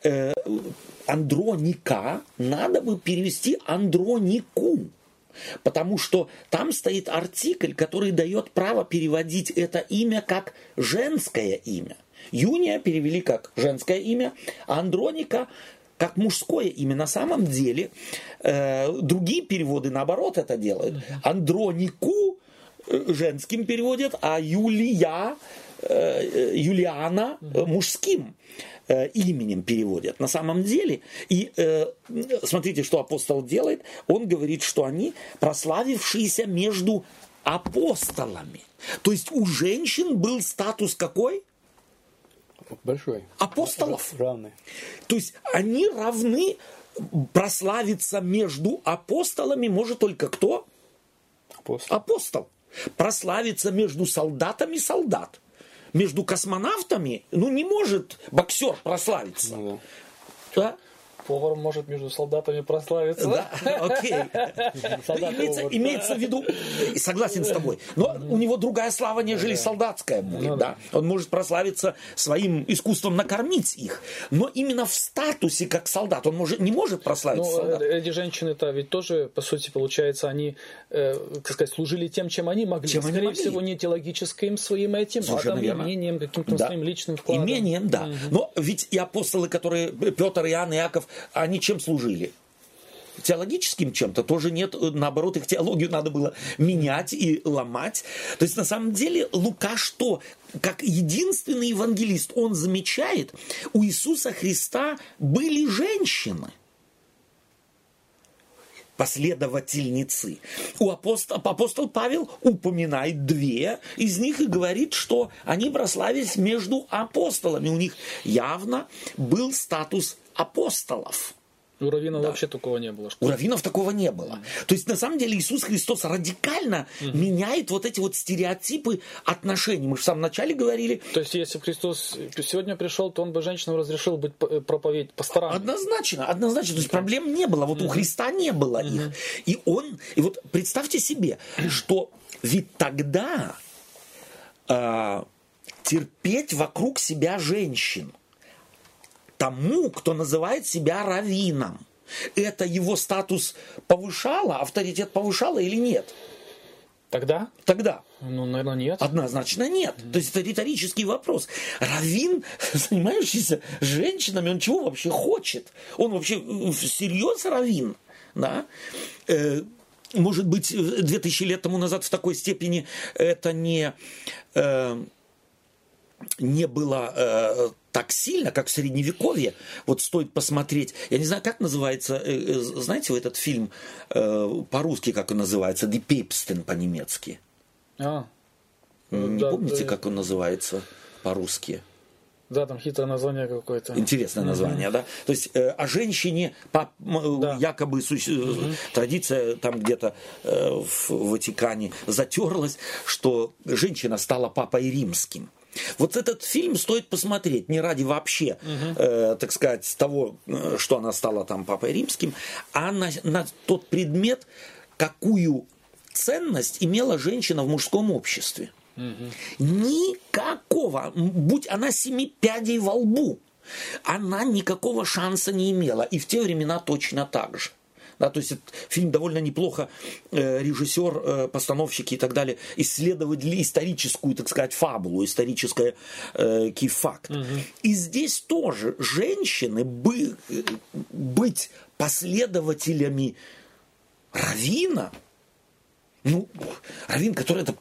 Андроника надо бы перевести Андронику, потому что там стоит артикль, который дает право переводить это имя как женское имя. Юния перевели как женское имя, а Андроника как мужское имя. На самом деле э, другие переводы наоборот это делают. Андронику женским переводят, а Юлия, э, Юлиана мужским э, именем переводят. На самом деле, и э, смотрите, что апостол делает. Он говорит, что они прославившиеся между апостолами. То есть у женщин был статус какой? Большой. Апостолов. Равны. То есть они равны. Прославиться между апостолами может только кто? Апостол. Апостол. Прославиться между солдатами солдат. Между космонавтами, ну, не может боксер прославиться. Ну, да. Да? Повар может между солдатами прославиться. Да, окей. Имеется, имеется в виду, согласен с тобой, но у него другая слава, нежели солдатская будет. Да? Он может прославиться своим искусством накормить их, но именно в статусе как солдат он может, не может прославиться. Но солдат. Эти женщины-то ведь тоже, по сути, получается, они, э, как сказать, служили тем, чем они могли. Чем Скорее они могли. всего, не теологическим своим этим, Совершенно а там верно. имением, каким-то Да. своим личным вкладом. Имением, да. Мгм. Но ведь и апостолы, которые, Петр, Иоанн, Иаков, они чем служили? Теологическим чем-то тоже нет. Наоборот, их теологию надо было менять и ломать. То есть, на самом деле, Лука что? Как единственный евангелист, он замечает, у Иисуса Христа были женщины. Последовательницы. У апостола, апостол Павел упоминает две из них и говорит, что они прославились между апостолами. У них явно был статус апостолов. У раввинов Да. вообще такого не было. У раввинов такого не было. То есть, на самом деле, Иисус Христос радикально меняет вот эти вот стереотипы отношений. Мы же в самом начале говорили. То есть, если бы Христос сегодня пришел, то он бы женщинам разрешил быть проповедь пасторами. Однозначно, однозначно. То есть, проблем не было. Вот у Христа не было их. И он, и вот представьте себе, что ведь тогда а, терпеть вокруг себя женщин тому, кто называет себя раввином, это его статус повышало, авторитет повышало или нет? Тогда? Тогда. Ну, наверное, нет. Однозначно нет. То есть это риторический вопрос. Раввин, занимающийся женщинами, он чего вообще хочет? Он вообще всерьез раввин? Да? Э, может быть, две тысячи лет тому назад в такой степени это не, э, не было э, так сильно, как в Средневековье. Вот стоит посмотреть. Я не знаю, как называется, э, э, знаете, вы этот фильм э, по-русски, как он называется, «Die Päpstin» по-немецки. А, Не да, помните, да. как он называется по-русски? Да, там хитрое название какое-то. Интересное название, да? То есть э, о женщине по, м, Да. якобы суще- традиция там где-то э, в Ватикане затерлась, что женщина стала папой римским. Вот этот фильм стоит посмотреть не ради вообще, э, так сказать, того, э, что она стала там папой римским, а на, на тот предмет, какую ценность имела женщина в мужском обществе. Никакого, будь она семи пядей во лбу, она никакого шанса не имела. И в те времена точно так же. Да, то есть этот фильм довольно неплохо э, режиссер, э, постановщики и так далее исследовали историческую, так сказать, фабулу, исторический э, факт. И здесь тоже женщины бы, э, быть последователями раввина, ну, раввин, который это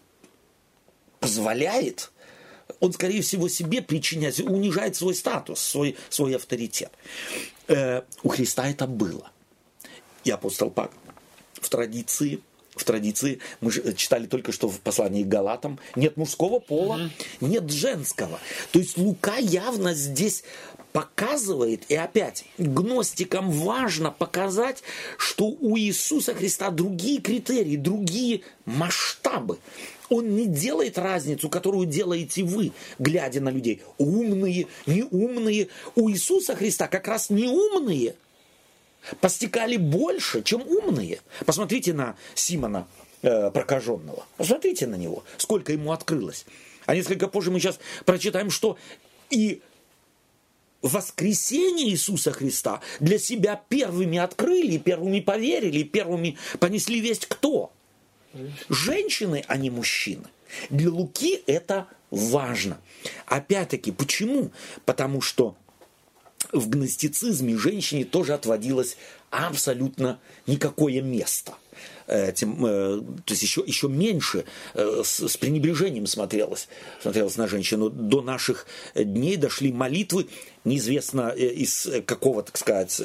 позволяет, он, скорее всего, себе причиняет, унижает свой статус, свой, свой авторитет. Э, у Христа это было. И апостол Павел в традиции в традиции, мы же читали только что в послании к Галатам, нет мужского пола, mm-hmm. нет женского. То есть Лука явно здесь показывает, и опять гностикам важно показать, что у Иисуса Христа другие критерии, другие масштабы. Он не делает разницу, которую делаете вы, глядя на людей. Умные, неумные. У Иисуса Христа как раз неумные постигали больше, чем умные. Посмотрите на Симона э, прокаженного. Посмотрите на него, сколько ему открылось. А несколько позже мы сейчас прочитаем, что и воскресение Иисуса Христа для себя первыми открыли, первыми поверили, первыми понесли весть кто? Женщины, а не мужчины. Для Луки это важно. Опять-таки, почему? Потому что в гностицизме женщине тоже отводилось абсолютно никакое место. Тем, то есть еще, еще меньше с, с пренебрежением смотрелось, смотрелось на женщину. До наших дней дошли молитвы, неизвестно из какого, так сказать,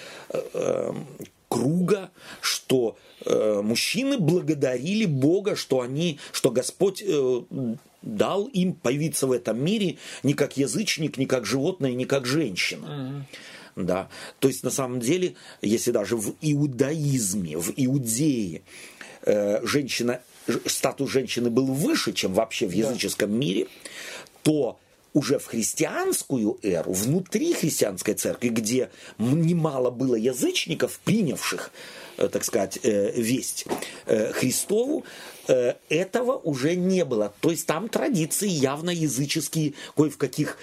круга, что мужчины благодарили Бога, что они, что Господь дал им появиться в этом мире не как язычник, не как животное, не как женщина. Mm-hmm. Да. То есть на самом деле, если даже в иудаизме, в Иудее э, женщина, статус женщины был выше, чем вообще в языческом yeah. мире, то уже в христианскую эру, внутри христианской церкви, где немало было язычников, принявших, так сказать, весть Христову, этого уже не было. То есть там традиции явно языческие, кое в каких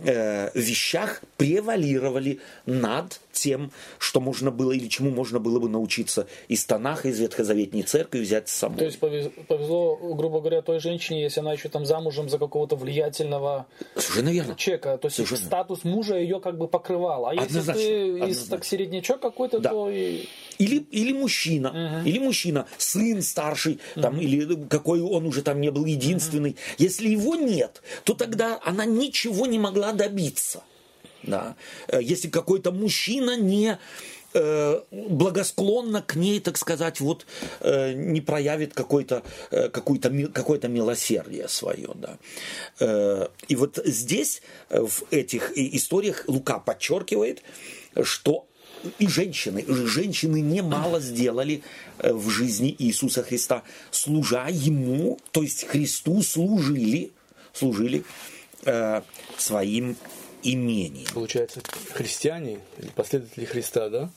вещах превалировали над тем, что можно было или чему можно было бы научиться из Танаха, из Ветхозаветней церкви взять с собой. То есть повезло, грубо говоря, той женщине, если она еще там замужем за какого-то влиятельного Совершенно верно. человека. То есть Совершенно. Статус мужа ее как бы покрывал. А однозначно, если ты однозначно. из так середнячок какой-то, да. то и... Или, или мужчина, uh-huh. или мужчина, сын старший, uh-huh. там, или какой он уже там не был единственный. Uh-huh. Если его нет, то тогда она ничего не могла добиться. Да. Если какой-то мужчина не э, благосклонно к ней, так сказать, вот, э, не проявит какое-то, э, какое-то, какое-то милосердие свое. Да. Э, и вот здесь, в этих историях, Лука подчеркивает, что и женщины, женщины немало сделали в жизни Иисуса Христа, служа Ему, то есть Христу служили, служили э, своим имением. Получается, христиане, последователи Христа, да,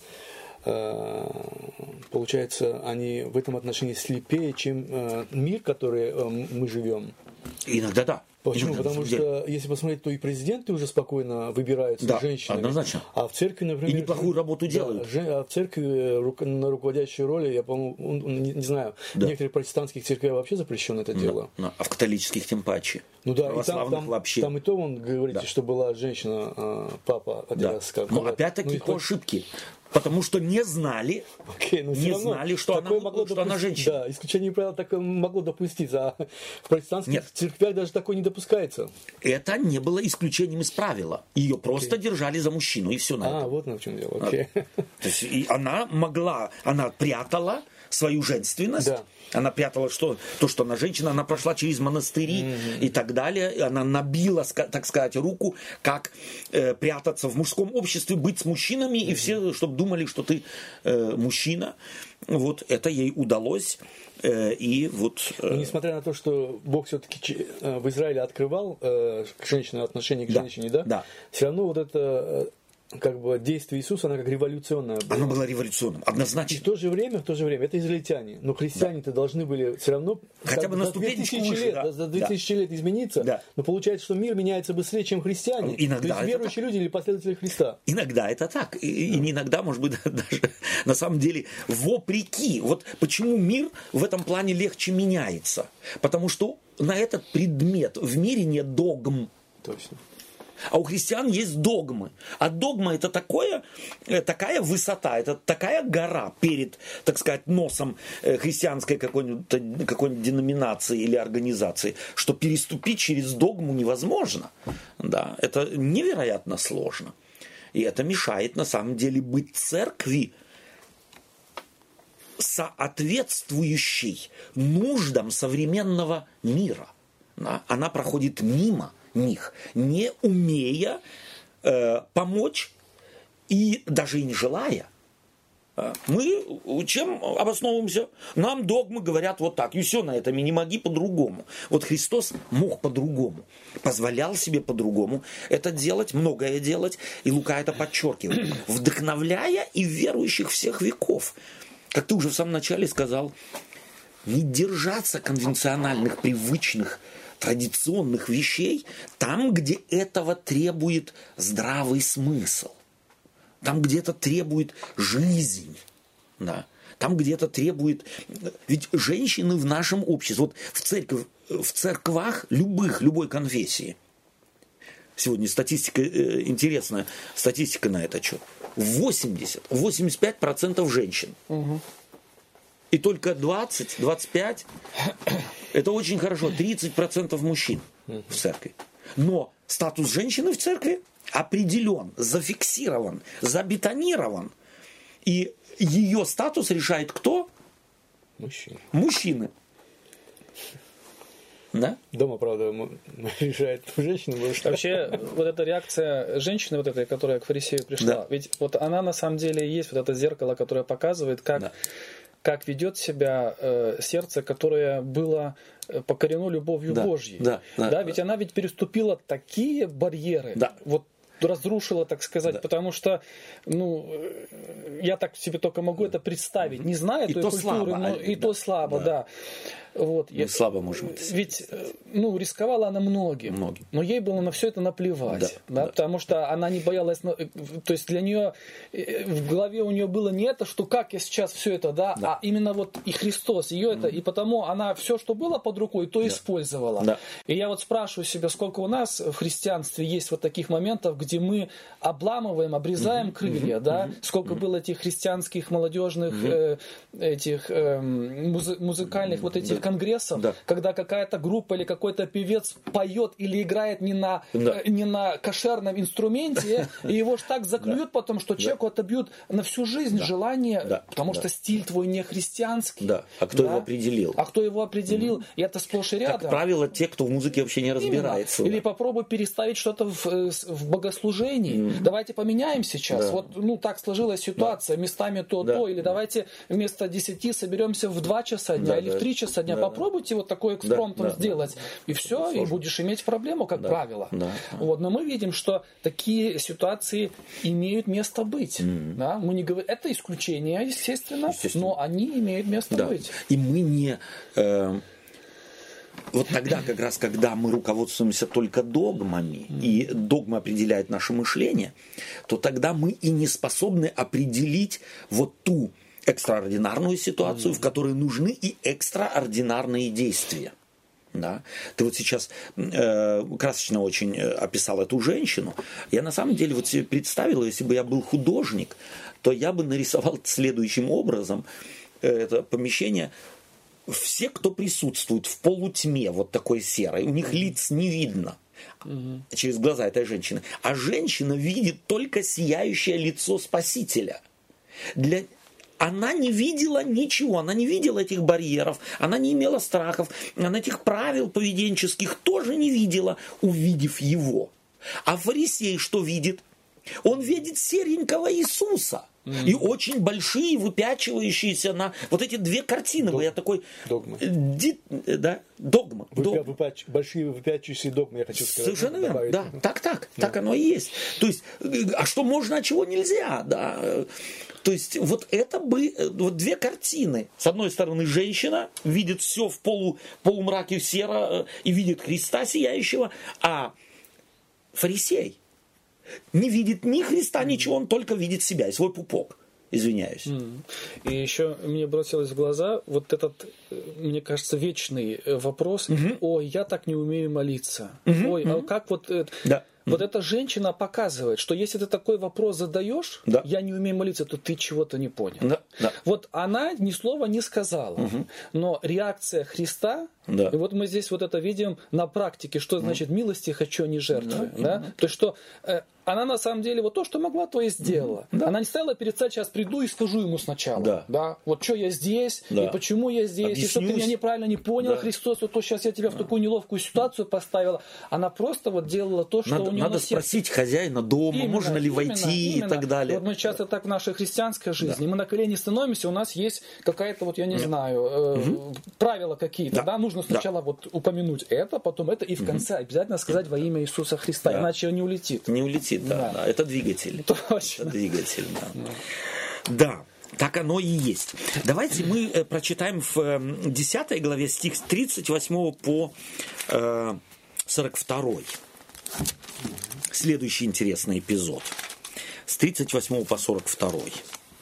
э, получается, они в этом отношении слепее, чем э, мир, в который э, мы живем. Иногда да. Почему? Потому что, если посмотреть, то и президенты уже спокойно выбираются да, женщинами. Однозначно. А в церкви, например... И неплохую работу да, делают. А в церкви на руководящей роли, я, по-моему, не, не знаю, да. в некоторых протестантских церквях вообще запрещено это да, дело. Да. А в католических тем паче. Ну да, и там, там, вообще. Там и то, он говорите, да. что была женщина, папа один да. раз. Как, Но опять-таки ну, по ошибке. Потому что не знали, okay, не знали, что, она, могло что допусти... она женщина. Да, исключение правила такое могло допуститься, а в протестантских Нет. церквях даже такое не допускается. Это не было исключением из правила. Ее просто okay. держали за мужчину, и все на а, этом. А, вот на чем дело. Okay. То есть и она могла, она прятала свою женственность. Да. Она прятала что, то, что она женщина, она прошла через монастыри mm-hmm. и так далее. Она набила, так сказать, руку, как э, прятаться в мужском обществе, быть с мужчинами, mm-hmm. и все, чтобы думали, что ты э, мужчина. Вот это ей удалось. Э, и вот, э... Но несмотря на то, что Бог все-таки в Израиле открывал э, к женщине, отношение к да. женщине, да? Да. Все равно вот это... как бы действие Иисуса, она как революционная была. Она была революционным, однозначно. И в то же время, в то же время, это израильтяне. Но христиане-то да. должны были все равно хотя бы на за две тысячи лет, да. за две тысячи да. лет измениться. Да. Но получается, что мир меняется быстрее, чем христиане. Иногда то есть верующие так. люди или последователи Христа. Иногда это так. И, и иногда, может быть, даже на самом деле вопреки. Вот почему мир в этом плане легче меняется. Потому что на этот предмет в мире нет догм. Точно. А у христиан есть догмы. А догма это такое, такая высота, это такая гора перед, так сказать, носом христианской какой-нибудь, какой-нибудь деноминации или организации, что переступить через догму невозможно. Да, это невероятно сложно. И это мешает на самом деле быть церкви соответствующей нуждам современного мира. Да? Она проходит мимо них, не умея э, помочь и даже и не желая. Мы чем обосновываемся? Нам догмы говорят вот так. И все на этом, и не моги по-другому. Вот Христос мог по-другому. Позволял себе по-другому это делать, многое делать. И Лука это подчеркивает. Вдохновляя и верующих всех веков. Как ты уже в самом начале сказал, не держаться конвенциональных, привычных, традиционных вещей там, где этого требует здравый смысл. Там где-то требует жизнь, да. Там где-то требует... Ведь женщины в нашем обществе, вот в, церковь, в церквах любых, любой конфессии, сегодня статистика, интересная статистика на это счет, восемьдесят, восемьдесят пять процентов женщин. Угу. И только двадцать, двадцать пять, это очень хорошо, тридцать процентов мужчин угу. в церкви. Но статус женщины в церкви определен, зафиксирован, забетонирован. И ее статус решает кто? Мужчина. Мужчины. Да? Дома, правда, решает женщина. Вообще, вот эта реакция женщины, вот этой, которая к фарисею пришла, да. ведь вот она на самом деле и есть вот это зеркало, которое показывает, как, да. как ведет себя э, сердце, которое было покорено любовью да. Божьей. Да. Да. Да, ведь она ведь переступила такие барьеры. Да. Вот разрушила, так сказать, да. потому что, ну, я так себе только могу это представить, не зная и той то культуры, слабо, но и да. то слабо, да. да. Вот. Мы я, слабо можем это ведь, ну, рисковала она многим, многим. но ей было на все это наплевать, да, да, да. потому что она не боялась, то есть для нее, в голове у нее было не это, что как я сейчас все это, да, да. а именно вот и Христос, ее mm-hmm. это, и потому она все, что было под рукой, то да. использовала. Да. И я вот спрашиваю себя, сколько у нас в христианстве есть вот таких моментов, где мы обламываем, обрезаем mm-hmm. крылья, mm-hmm. да, сколько mm-hmm. было этих христианских молодежных mm-hmm. э, этих э, музы- музыкальных mm-hmm. вот этих да. конгрессов, да. когда какая-то группа или какой-то певец поет или играет не на, да. э, не на кошерном инструменте, и его ж так заклюют потом, что человеку отобьют на всю жизнь желание, потому что стиль твой не христианский. Да. А кто его определил? А кто его определил? И это сплошь и рядом. Как правило, те, кто в музыке вообще не разбирается. Или попробуй переставить что-то в, в богослужении. Mm-hmm. Давайте поменяем сейчас. Да. Вот, ну, так сложилась ситуация, да. местами то, да. то. Или да. давайте вместо десяти соберемся в два часа дня да, или да. в три часа дня. Да, Попробуйте да. вот такой экспромтом да, сделать. Да, и все, и будешь иметь проблему, как да, правило. Да. Вот. Но мы видим, что такие ситуации имеют место быть. Mm-hmm. Да? Мы не говорим, это исключение, естественно, естественно, но они имеют место да. быть. И мы не... Э, вот тогда, как раз, когда мы руководствуемся только догмами, mm-hmm. и догма определяет наше мышление, то тогда мы и не способны определить вот ту экстраординарную ситуацию, mm-hmm. в которой нужны и экстраординарные действия. Да? Ты вот сейчас э, красочно очень описал эту женщину. Я на самом деле вот себе представил, если бы я был художник, то я бы нарисовал следующим образом это помещение. Все, кто присутствует в полутьме вот такой серой, у них лиц не видно угу. через глаза этой женщины. А женщина видит только сияющее лицо Спасителя. Для... Она не видела ничего, она не видела этих барьеров, она не имела страхов, она этих правил поведенческих тоже не видела, увидев его. А фарисей что видит? Он видит серенького Иисуса. Mm-hmm. И очень большие, выпячивающиеся на вот эти две картины. Дог... Я такой... Догмы. Ди... Да, догма. Выпя... Догма. Выпяч... Большие выпячивающие догмы, я хочу сказать. Совершенно верно, да. Так, так, да. так оно и есть. То есть, а что можно, а чего нельзя, да. То есть, вот это бы, вот две картины. С одной стороны, женщина видит все в полу, полумраке серо и видит Христа сияющего, а фарисей не видит ни Христа, ничего, он только видит себя и свой пупок. Извиняюсь. И еще мне бросилось в глаза вот этот, мне кажется, вечный вопрос. Угу. Ой, я так не умею молиться. Угу. Ой, угу. а как вот... Да. Вот mm-hmm. эта женщина показывает, что если ты такой вопрос задаешь, да. я не умею молиться, то ты чего-то не понял. Да. Да. Вот она ни слова не сказала, mm-hmm. но реакция Христа, да. и вот мы здесь вот это видим на практике, что значит милости хочу, не жертвы. Да. Да? Mm-hmm. То есть что э, она на самом деле вот то, что могла, то и сделала. Да. Она не стояла перед царем, сейчас приду и скажу ему сначала. Да. Да? Вот что я здесь, Да. и почему я здесь, и чтобы ты меня неправильно не понял, Да. Христос, вот то сейчас я тебя в такую неловкую ситуацию поставила. Она просто вот делала то, что Надо, у нее надо на сердце. спросить хозяина дома, Именно, можно ли войти именно, именно. и так далее. Вот мы часто так в нашей христианской жизни. Мы на колени становимся, у нас есть какая-то, вот я не знаю, э, правила какие-то. Да. Да. Нужно сначала вот упомянуть это, потом это, и в конце обязательно сказать во имя Иисуса Христа, Да. иначе не улетит. Не улетит, да. Да. да. Это двигатель. Точно. Это двигатель, да. Да. Так оно и есть. Давайте мы э, прочитаем в э, десятой главе стих с тридцать восьмого по э, сорок второй. Следующий интересный эпизод. С тридцать восьмого по сорок второй.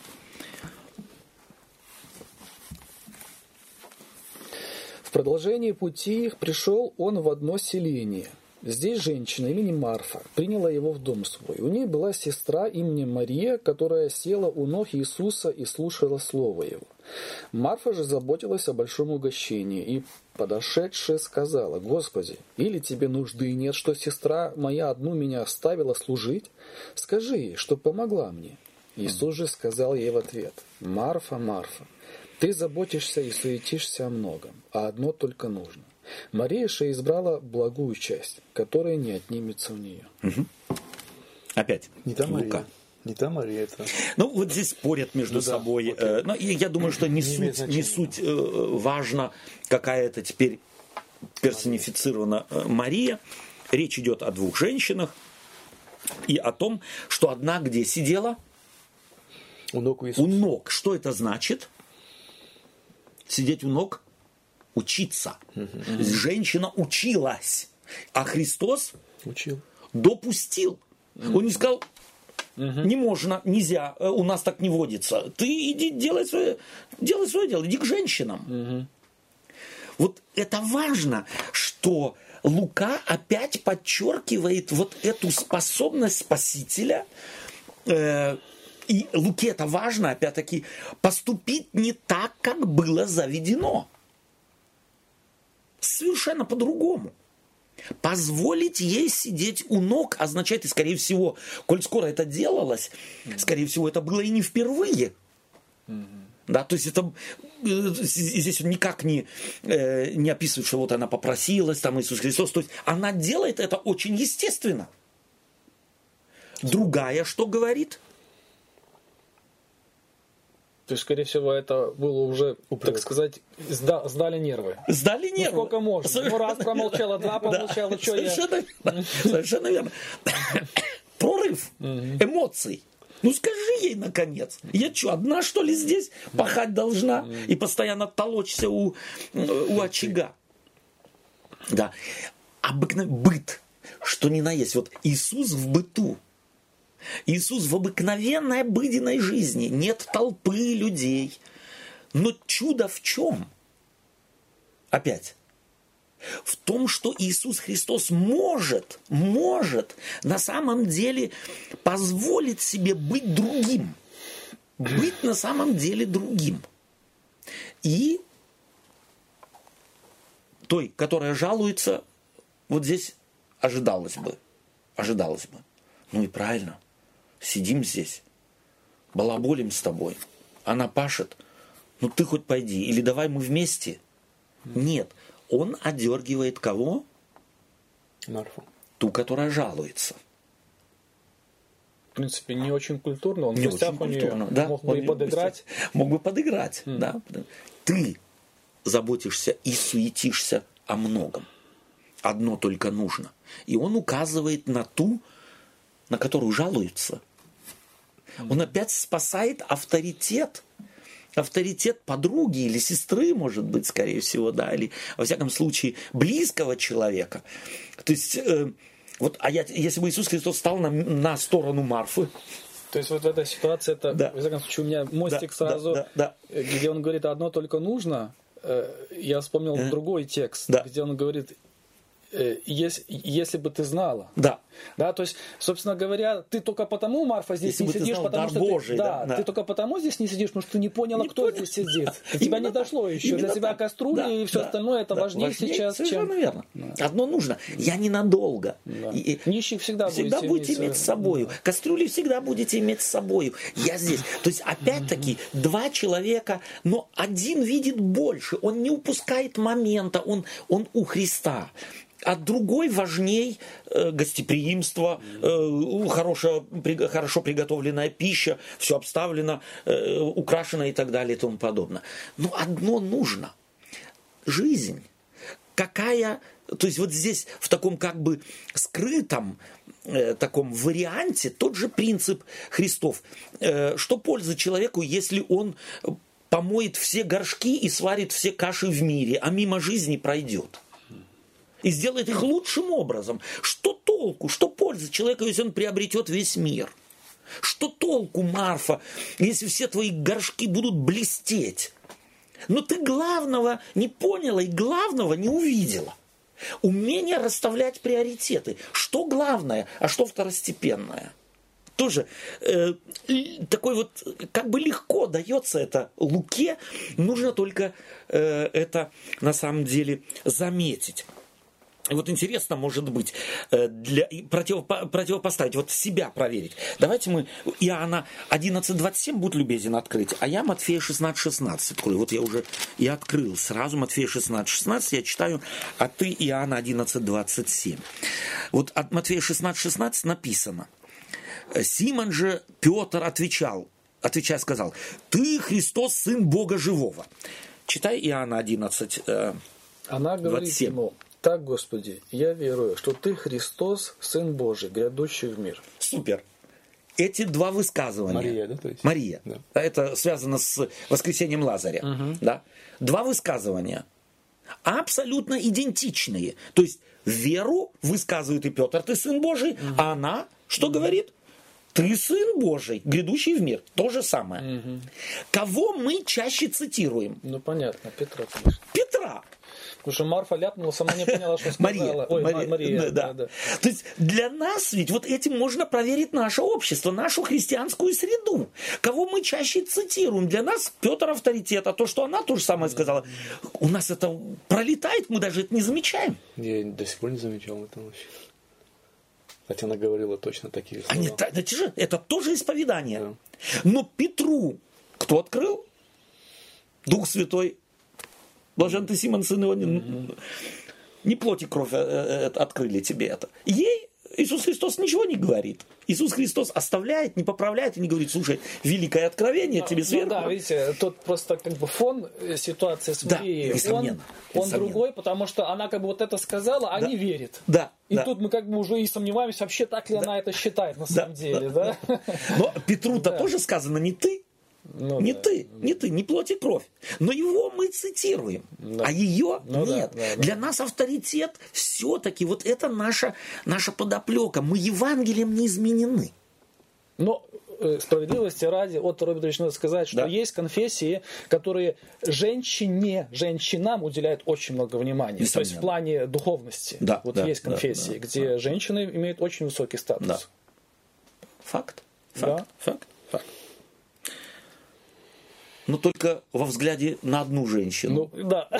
В продолжении пути их пришел он в одно селение. Здесь женщина именем Марфа приняла его в дом свой. У ней была сестра именем Мария, которая села у ног Иисуса и слушала слово его. Марфа же заботилась о большом угощении и, подошедшая, сказала: «Господи, или тебе нужды нет, что сестра моя одну меня оставила служить? Скажи ей, чтоб помогла мне». Иисус же сказал ей в ответ: «Марфа, Марфа, ты заботишься и суетишься о многом, а одно только нужно. Мария же избрала благую часть, которая не отнимется у нее». Опять. Не та Лука. Мария. Не та Мария, это... Ну, вот здесь спорят между Ну да, собой. окей. Э, но и я думаю, что не, Не имеет суть, не значения. суть э, важно, какая это теперь персонифицирована э, Мария. Речь идет о двух женщинах и о том, что одна где сидела? У ног у Иисуса. У ног. Что это значит? Сидеть у ног? Учиться. Женщина училась, а Христос Учил. допустил. Он не сказал: не можно, нельзя, э, у нас так не водится. Ты иди делай свое, делай свое дело, иди к женщинам. Вот это важно, что Лука опять подчеркивает вот эту способность Спасителя. э, И Луке это важно, опять-таки, поступить не так, как было заведено. Совершенно по-другому. Позволить ей сидеть у ног означает, и скорее всего, коль скоро это делалось, скорее всего, это было и не впервые. Да, то есть это э, здесь никак не, э, не описывает, что вот она попросилась, там Иисус Христос. То есть она делает это очень естественно. Другая что говорит? То есть, скорее всего, это было уже, Упрек. так сказать, сда- сдали нервы. Сдали Ну, нервы. сколько можно? Ну, раз промолчала, два промолчала, Да, что я... совершенно верно. Совершенно верно. Прорыв эмоций. Ну скажи ей, наконец. Я что, одна, что ли, здесь пахать должна и постоянно толочься у, у очага? Да. Обыкновенный быт, что ни на есть. Вот Иисус в быту. Иисус в обыкновенной обыденной жизни. Нет толпы людей. Но чудо в чем? Опять. В том, что Иисус Христос может, может на самом деле позволить себе быть другим. Быть на самом деле другим. И той, которая жалуется, вот здесь ожидалось бы. Ожидалось бы. Ну и правильно. Сидим здесь. Балаболим с тобой. Она пашет. Ну ты хоть пойди. Или давай мы вместе. Нет. Он одергивает кого? Марфу. Ту, которая жалуется. В принципе, не очень культурно. Он в Не гостях очень у нее культурно. Да, мог он бы и не подыграть. в Мог бы подыграть. Да. Ты заботишься и суетишься о многом. Одно только нужно. И он указывает на ту, на которую жалуются. Он опять спасает авторитет. Авторитет подруги или сестры, может быть, скорее всего, да, или, во всяком случае, близкого человека. То есть, э, вот, а я, если бы Иисус Христос стал на, на сторону Марфы, То есть вот в этой ситуации, это, Да. во всяком случае, у меня мостик Да, сразу, да, да, где он говорит, одно только нужно. э, Я вспомнил Э? другой текст, Да. где он говорит, э, если, если бы ты знала. Да. Да, то есть, собственно говоря, ты только потому, Марфа, здесь Если не бы ты сидишь, знал потому дар что Божий, ты, да, да, да. ты только потому здесь не сидишь, потому что ты не поняла, Не кто понял. здесь сидит. До тебя не дошло еще. Именно Для тебя так. кастрюля Да, и все да, остальное это да. важнее, сейчас, Совершенно чем... верно. Одно нужно. Я ненадолго. Да. И- и- Нищих всегда, Всегда будете иметь с собой. Да. Кастрюли всегда будете иметь с собой. Я здесь. То есть, опять-таки, два человека, но один видит больше. Он не упускает момента. Он, он у Христа. А другой важней э, гостеприимство, э, хорошо, при, хорошо приготовленная пища, все обставлено, э, украшено и так далее и тому подобное. Но одно нужно. Жизнь. Какая... То есть вот здесь в таком как бы скрытом э, таком варианте тот же принцип Христов. Э, что польза человеку, если он помоет все горшки и сварит все каши в мире, а мимо жизни пройдет? И сделает их лучшим образом. Что толку, что польза человеку, если он приобретет весь мир? Что толку, Марфа, если все твои горшки будут блестеть? Но ты главного не поняла и главного не увидела. Умение расставлять приоритеты. Что главное, а что второстепенное? Тоже э, такой вот, как бы легко дается это Луке, нужно только э, это на самом деле заметить. И вот интересно, может быть, для, против, противопоставить, вот себя проверить. Давайте мы Иоанна одиннадцать двадцать семь, будь любезен открыть, а я Матфея шестнадцать шестнадцать открою. Вот я уже и открыл сразу Матфея шестнадцать шестнадцать, я читаю, а ты Иоанна одиннадцать двадцать семь. Вот от Матфея шестнадцать шестнадцать написано. Симон же Петр отвечал, отвечая сказал, ты Христос, Сын Бога Живого. Читай Иоанна одиннадцать двадцать семь. Она говорит ему: так, Господи, я верую, что Ты Христос, Сын Божий, грядущий в мир. Супер. Эти два высказывания. Мария, да? То есть? Мария. Да. Это связано с воскресением Лазаря. Угу. Да? Два высказывания. Абсолютно идентичные. То есть веру высказывает и Петр, ты Сын Божий, угу. А она что угу. говорит? Ты Сын Божий, грядущий в мир. То же самое. Угу. Кого мы чаще цитируем? Ну, понятно, Петра, конечно. Петра. Потому что Марфа ляпнула, сама не поняла, что сказала. Мария. Ой, Мария. Мария. Да, да. Да, да. То есть для нас ведь вот этим можно проверить наше общество, нашу христианскую среду. Кого мы чаще цитируем? Для нас Петр авторитет, а то, что она то же самое сказала, у нас это пролетает, мы даже это не замечаем. Я до сих пор не замечал это вообще. Хотя она говорила точно такие слова. Они, это, же, это тоже исповедание. Да. Но Петру кто открыл? Дух Святой. Блажен ты, Симон, сын Ионин. Mm-hmm. Не плоть и кровь открыли тебе это. Ей Иисус Христос ничего не говорит. Иисус Христос оставляет, не поправляет и не говорит, слушай, великое откровение тебе сверху. Ну да, видите, тут просто как бы фон ситуации с Марией, да, он, он другой, потому что она как бы вот это сказала, а да. не верит. Да. И да. тут мы как бы уже и сомневаемся, вообще так ли да. она это считает на самом да. деле. Да. Да. Но Петру-то да. тоже сказано не ты. Ну, не да. ты, не ты, не плоть и кровь. Но его мы цитируем, да. а ее ну, нет. Да, да, Для да. нас авторитет все-таки вот это наша, наша подоплека. Мы Евангелием не изменены. Но э, справедливости ради, Отто Робертович, надо сказать, что да. есть конфессии, которые женщине, женщинам уделяют очень много внимания. Несомненно. То есть в плане духовности. Да, вот да, есть конфессии, да, да, где да. женщины имеют очень высокий статус. Да. Факт. Факт. Да. Факт. Факт. Но только во взгляде на одну женщину. Ну, да.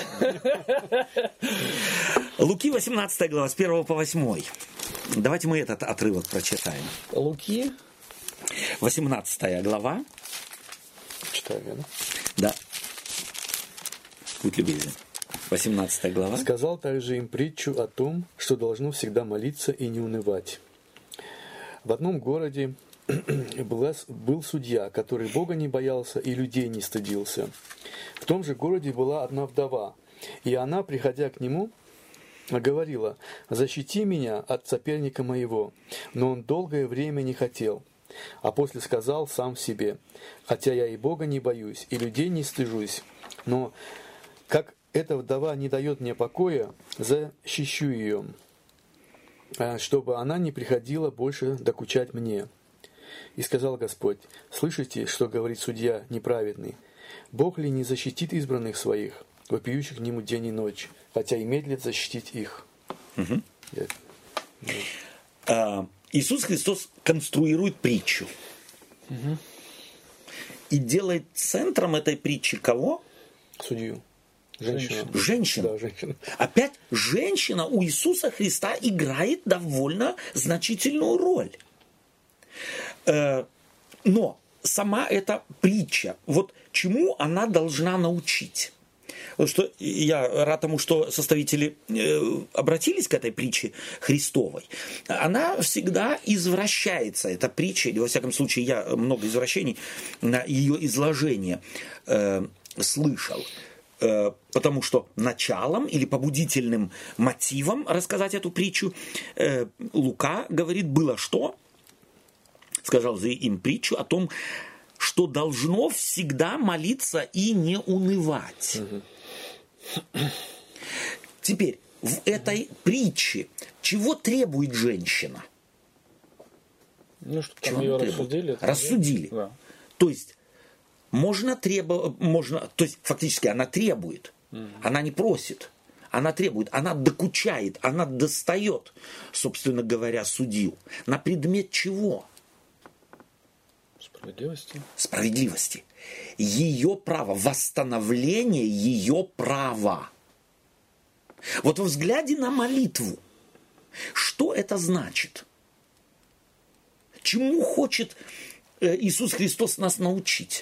Луки восемнадцатая глава, с первого по восьмой. Давайте мы этот отрывок прочитаем. Луки? восемнадцатая глава. Читаю я, да? Да. Будь любезен. восемнадцатая глава. Сказал также им притчу о том, что должно всегда молиться и не унывать. В одном городе Была, был судья, который Бога не боялся и людей не стыдился. В том же городе была одна вдова, и она, приходя к нему, говорила: «Защити меня от соперника моего». Но он долгое время не хотел, а после сказал сам себе: «Хотя я и Бога не боюсь, и людей не стыжусь, но как эта вдова не дает мне покоя, защищу ее, чтобы она не приходила больше докучать мне». И сказал Господь: «Слышите, что говорит судья неправедный? Бог ли не защитит избранных своих, вопиющих к нему день и ночь, хотя и медлит защитить их?» Угу. Я... А, Иисус Христос конструирует притчу. Угу. И делает центром этой притчи кого? Судью. Женщина. Женщина. Да, женщина. Опять женщина у Иисуса Христа играет довольно значительную роль. Но сама эта притча, вот чему она должна научить? Потому что я рад тому, что составители обратились к этой притче Христовой. Она всегда извращается, эта притча, или во всяком случае я много извращений на ее изложение э, слышал. Э, потому что началом или побудительным мотивом рассказать эту притчу э, Лука говорит, было что? Сказал же им притчу о том, что должно всегда молиться и не унывать. Угу. Теперь, в этой притче чего требует женщина? Ну, чтобы там ее рассудили. Рассудили. Да. То есть, можно требовать, можно, то есть, фактически она требует, mm. она не просит, она требует, она докучает, она достает, собственно говоря, судью. На предмет чего? Справедливости. Справедливости. Ее право, восстановление ее права. Вот во взгляде на молитву, что это значит? Чему хочет Иисус Христос нас научить?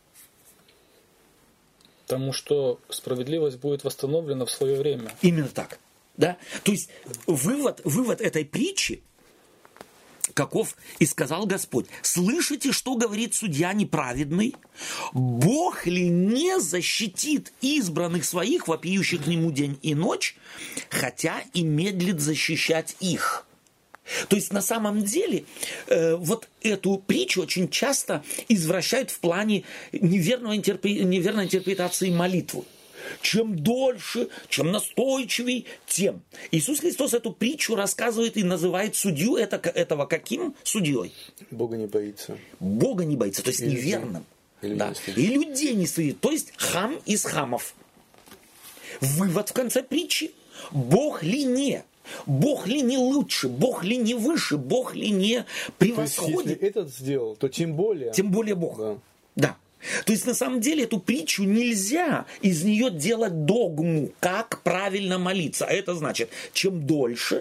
Тому, что справедливость будет восстановлена в свое время. Именно так. Да? То есть вывод, вывод этой притчи, каков и сказал Господь. Слышите, что говорит судья неправедный? Бог ли не защитит избранных своих, вопиющих к нему день и ночь, хотя и медлит защищать их? То есть на самом деле э, вот эту притчу очень часто извращают в плане неверной, интерпре... неверной интерпретации молитвы. Чем дольше, чем настойчивей, тем. Иисус Христос эту притчу рассказывает и называет судью это, этого каким судьей? Бога не боится. Бога не боится, то есть и неверным. Людей. Да. И людей не судит, то есть хам из хамов. Вывод в конце притчи. Бог ли не? Бог ли не лучше? Бог ли не выше? Бог ли не превосходит? То есть, если этот сделал, то тем более. Тем более Бог. Да. Да. То есть, на самом деле, эту притчу нельзя из нее делать догму, как правильно молиться. А это значит, чем дольше,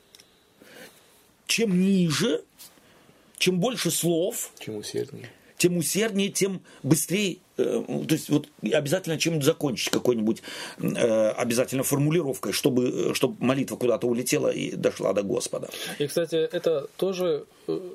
чем ниже, чем больше слов, чем усерднее, тем усерднее, тем быстрее. Э, то есть, вот обязательно чем-нибудь закончить, какой-нибудь э, обязательно формулировкой, чтобы, чтобы молитва куда-то улетела и дошла до Господа. И, кстати, это тоже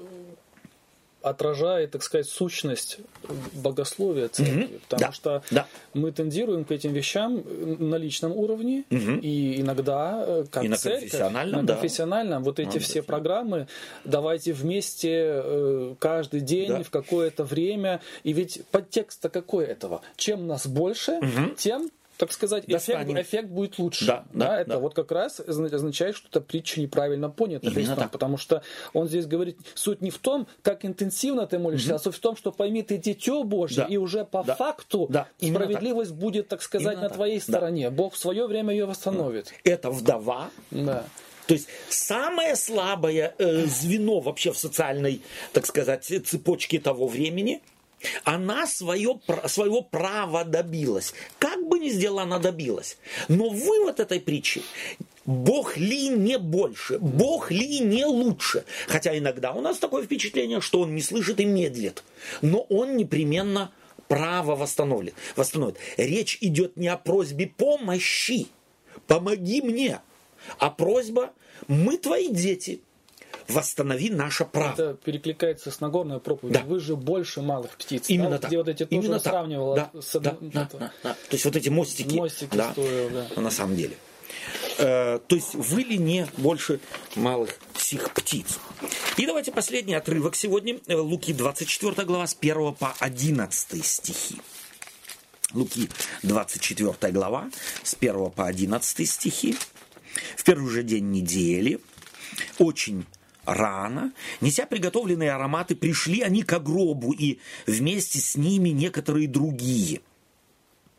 отражает, так сказать, сущность богословия церкви, mm-hmm. потому да. что да. мы тендируем к этим вещам на личном уровне, mm-hmm. и иногда, как и на церковь, конфессиональном, на да. конфессиональном, вот эти Надо все быть. программы, давайте вместе каждый день, да. в какое-то время, и ведь подтекст-то какой этого? Чем нас больше, mm-hmm. тем, так сказать, эффект, эффект будет лучше. Да, да, да, это да. вот как раз означает, что эта притча неправильно понята Христом, потому что он здесь говорит, суть не в том, как интенсивно ты молишься, угу. а суть в том, что пойми, ты дитё Божье, да. и уже по да. факту да. справедливость так. будет, так сказать, именно на твоей так. стороне. Да. Бог в свое время ее восстановит. Это вдова. Да. То есть самое слабое э, звено вообще в социальной, так сказать, цепочке того времени. Она свое, своего права добилась. Как бы ни сделала, она добилась. Но вывод этой притчи: Бог ли не больше? Бог ли не лучше? Хотя иногда у нас такое впечатление, что он не слышит и медлит. Но он непременно право восстановит. восстановит. Речь идет не о просьбе помощи. Помоги мне. А просьба: мы твои дети. Восстанови наше право. Это перекликается с Нагорной проповедью. Да. Вы же больше малых птиц. Именно да? так. Где вот эти Именно тоже сравнивала. Да. С... Да. Да. Да. Да. То есть вот эти мостики. Мостики да. строил, да. На самом деле. Э, то есть вы ли не больше малых сих птиц. И давайте последний отрывок сегодня. Луки двадцать четвёртая глава с первого по одиннадцатый стихи. Луки двадцать четвёртая глава с первого по одиннадцатый стихи. В первый же день недели, очень рано, неся приготовленные ароматы, пришли они к гробу, и вместе с ними некоторые другие.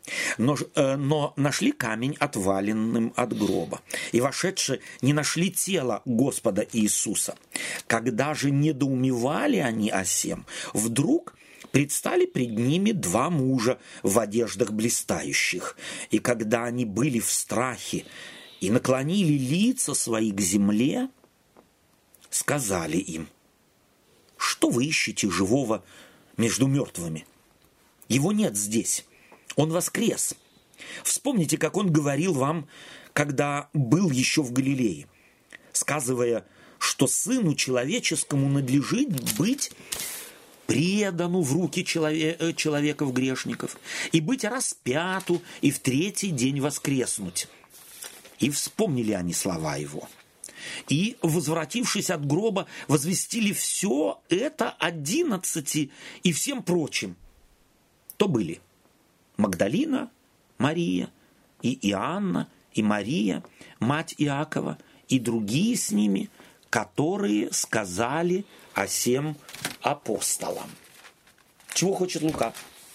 Но, но нашли камень отваленным от гроба, и вошедшие не нашли тело Господа Иисуса. Когда же недоумевали они о сем, вдруг предстали пред ними два мужа в одеждах блистающих, и когда они были в страхе и наклонили лица свои к земле, сказали им: что вы ищете живого между мертвыми? Его нет здесь. Он воскрес. Вспомните, как он говорил вам, когда был еще в Галилее, сказывая, что Сыну Человеческому надлежит быть предану в руки челове- человеков-грешников, и быть распяту, и в третий день воскреснуть. И вспомнили они слова его. И, возвратившись от гроба, возвестили все это одиннадцати и всем прочим. То были Магдалина, Мария, и Иоанна, и Мария, мать Иакова, и другие с ними, которые сказали о сем апостолам. Чего хочет Лука?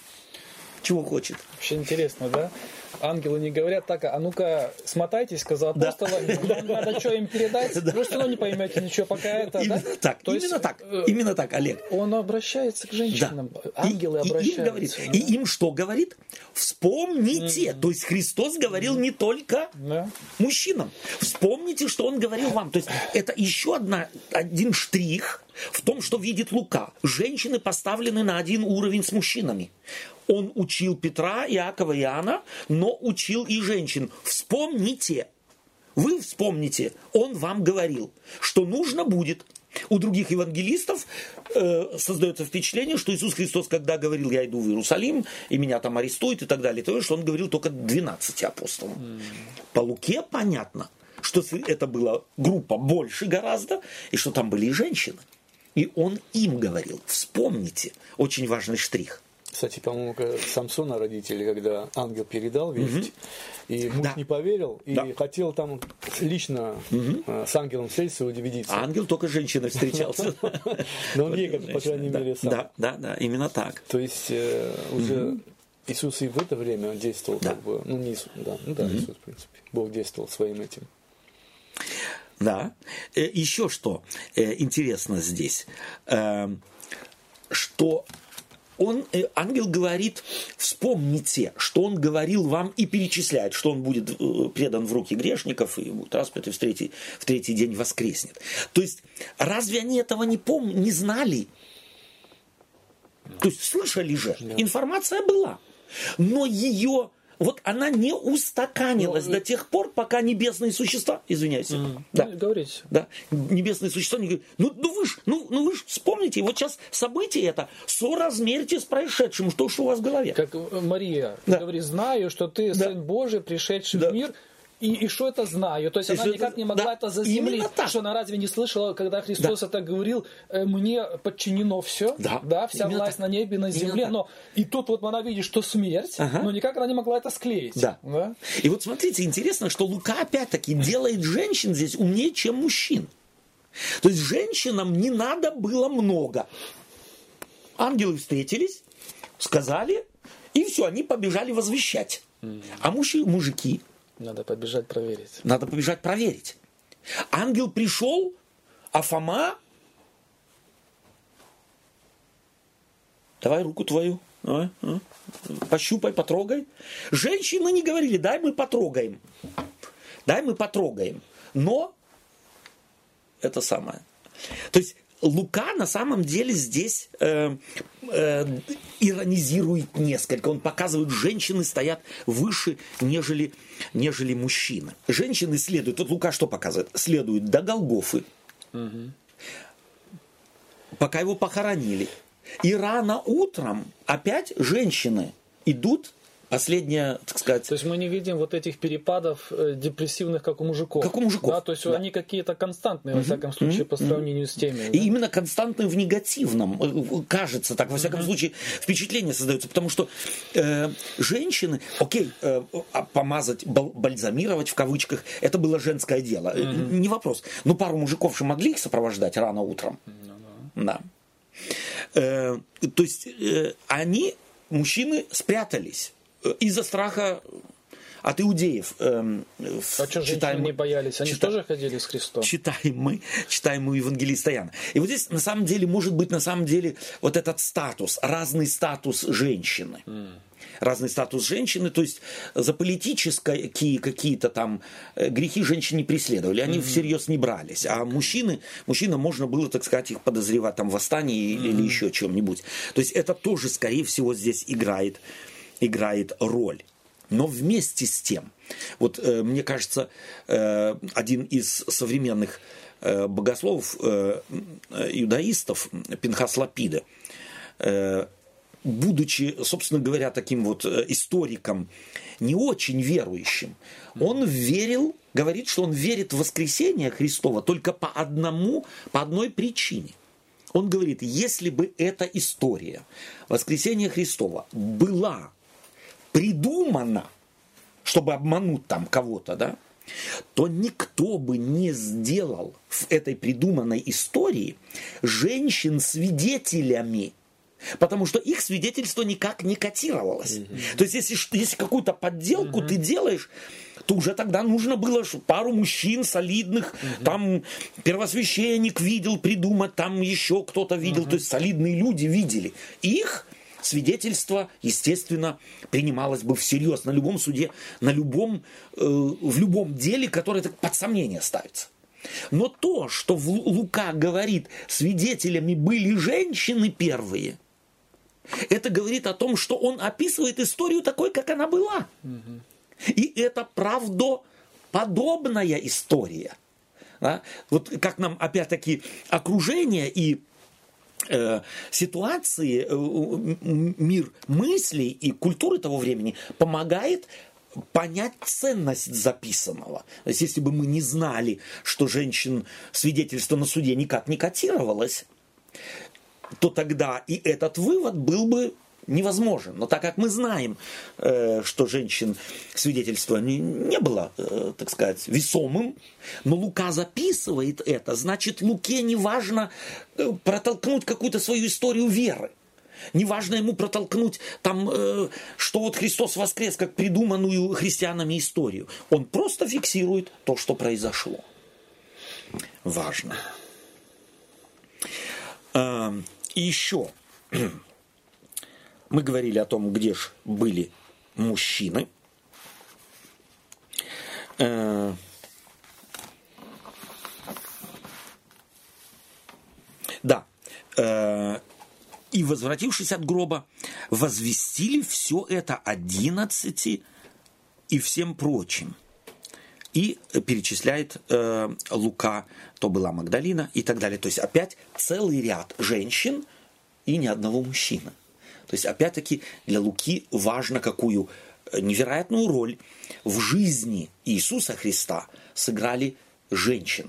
Чего хочет? Вообще интересно, да? Ангелы не говорят так: а ну-ка, смотайтесь-ка за апостолами, да. Нам надо что им передать, да. Вы все равно не поймете ничего, пока это... Именно да? так, То именно есть, так, именно так, Олег. Он обращается к женщинам, да. Ангелы и, обращаются. И им, говорит, да. и им что говорит? Вспомните, mm-hmm. то есть Христос говорил mm-hmm. не только yeah. мужчинам, вспомните, что Он говорил вам. То есть это еще одна, один штрих в том, что видит Лука. Женщины поставлены на один уровень с мужчинами. Он учил Петра, Иакова и Иоанна, но учил и женщин. Вспомните, вы вспомните, он вам говорил, что нужно будет. У других евангелистов э, создается впечатление, что Иисус Христос, когда говорил: я иду в Иерусалим, и меня там арестуют и так далее, то, что он говорил только двенадцати апостолам. Mm. По Луке понятно, что это была группа больше гораздо, и что там были и женщины. И он им говорил: вспомните, очень важный штрих. Кстати, по-моему, Самсона родители, когда ангел передал весть, угу. и муж да. не поверил, и да. хотел там лично угу. с ангелом встретиться и удивиться. А ангел только с женщиной встречался. Но он ей, по крайней мере, сам. Да, да, да, именно так. То есть уже Иисус и в это время действовал, как бы, ну не Иисус, да, ну да, Иисус, в принципе, Бог действовал своим этим. Да. Еще что интересно здесь, что он, ангел говорит: вспомните, что он говорил вам, и перечисляет, что он будет предан в руки грешников и будет распят, и в третий, в третий день воскреснет. То есть, разве они этого не помнили, не знали? То есть, слышали же, информация была, но ее... Вот она не устаканилась ну, до тех пор, пока небесные существа, извиняюсь, mm, да, ну, говорите. Да, небесные существа не говорят: ну, ну вы ж, ну, ну вы ж вспомните, вот сейчас событие это соразмерьте с происшедшим, что ж у вас в голове. Как Мария да. говорит: знаю, что ты да. Сын Божий, пришедший да. в мир. И, и что это знаю? То есть она никак это, не могла да, это заземлить. Что она разве не слышала, когда Христос да. это говорил: мне подчинено все, да, да вся власть так. на небе, на земле. Но и тут вот она видит, что смерть, ага. но никак она не могла это склеить. Да. Да? И вот смотрите, интересно, что Лука опять-таки делает женщин здесь умнее, чем мужчин. То есть женщинам не надо было много. Ангелы встретились, сказали, и все, они побежали возвещать. Mm. А мужи, мужики... Надо побежать проверить. Надо побежать проверить. Ангел пришел, а Фома... Давай руку твою. Давай, а, пощупай, потрогай. Женщины не говорили: дай мы потрогаем. Дай мы потрогаем. Но это самое. То есть Лука на самом деле здесь э, э, иронизирует несколько. Он показывает, женщины стоят выше, нежели, нежели мужчины. Женщины следуют. Вот Лука что показывает? Следуют до Голгофы, угу. пока его похоронили. И рано утром опять женщины идут. Последняя, так сказать... То есть мы не видим вот этих перепадов депрессивных, как у мужиков. Как у мужиков. Да, то есть да. они какие-то константные, mm-hmm. во всяком случае, mm-hmm. по сравнению с теми. И да? именно константные в негативном. Кажется так, во всяком mm-hmm. случае, впечатление создается. Потому что э, женщины, окей, э, помазать, бальзамировать в кавычках, это было женское дело. Mm-hmm. Не вопрос. Но пару мужиков же могли их сопровождать рано утром. Mm-hmm. Да. Э, то есть э, они, мужчины, спрятались из-за страха от иудеев. Э, а что женщины не боялись? Они чита, тоже ходили с Христом? Читаем мы, читаем мы евангелиста Иоанна. И вот здесь на самом деле может быть на самом деле вот этот статус, разный статус женщины. Mm. Разный статус женщины, то есть за политические какие-то там грехи женщин не преследовали, они mm-hmm. всерьез не брались, а мужчины, мужчинам можно было, так сказать, их подозревать там в восстании mm-hmm. или еще чем-нибудь. То есть это тоже, скорее всего, здесь играет, играет роль. Но вместе с тем, вот э, мне кажется, э, один из современных э, богословов, э, иудаистов, Пинхас Лапида, э, будучи, собственно говоря, таким вот историком, не очень верующим, он верил, говорит, что он верит в воскресение Христова только по одному, по одной причине. Он говорит, если бы эта история воскресения Христова была придумана, чтобы обмануть там кого-то, да, то никто бы не сделал в этой придуманной истории женщин свидетелями, потому что их свидетельство никак не котировалось. Mm-hmm. То есть, если, если какую-то подделку mm-hmm. ты делаешь, то уже тогда нужно было пару мужчин солидных, mm-hmm. там первосвященник видел придумать, там еще кто-то видел, mm-hmm. то есть солидные люди видели. Их свидетельство, естественно, принималось бы всерьез на любом суде, на любом, э, в любом деле, которое под сомнение ставится. Но то, что в Лука говорит, свидетелями были женщины первые, это говорит о том, что он описывает историю такой, как она была. Угу. И это правдоподобная история. Да? Вот как нам, опять-таки, окружение и э, ситуации, э, мир мыслей и культуры того времени помогает понять ценность записанного. То есть, если бы мы не знали, что женщин свидетельство на суде никак не котировалось, то тогда и этот вывод был бы невозможен. Но так как мы знаем, э, что женщин свидетельство не, не было, э, так сказать, весомым, но Лука записывает это, значит, Луке не важно э, протолкнуть какую-то свою историю веры. Не важно ему протолкнуть там, э, что вот Христос воскрес, как придуманную христианами историю. Он просто фиксирует то, что произошло. Важно. Э, и еще мы говорили о том, где же были мужчины. Э, да. Э, И, возвратившись от гроба, возвестили все это одиннадцати и всем прочим. И перечисляет э, Лука, то была Магдалина и так далее. То есть опять целый ряд женщин и ни одного мужчины. То есть опять-таки для Луки важно, какую невероятную роль в жизни Иисуса Христа сыграли женщины.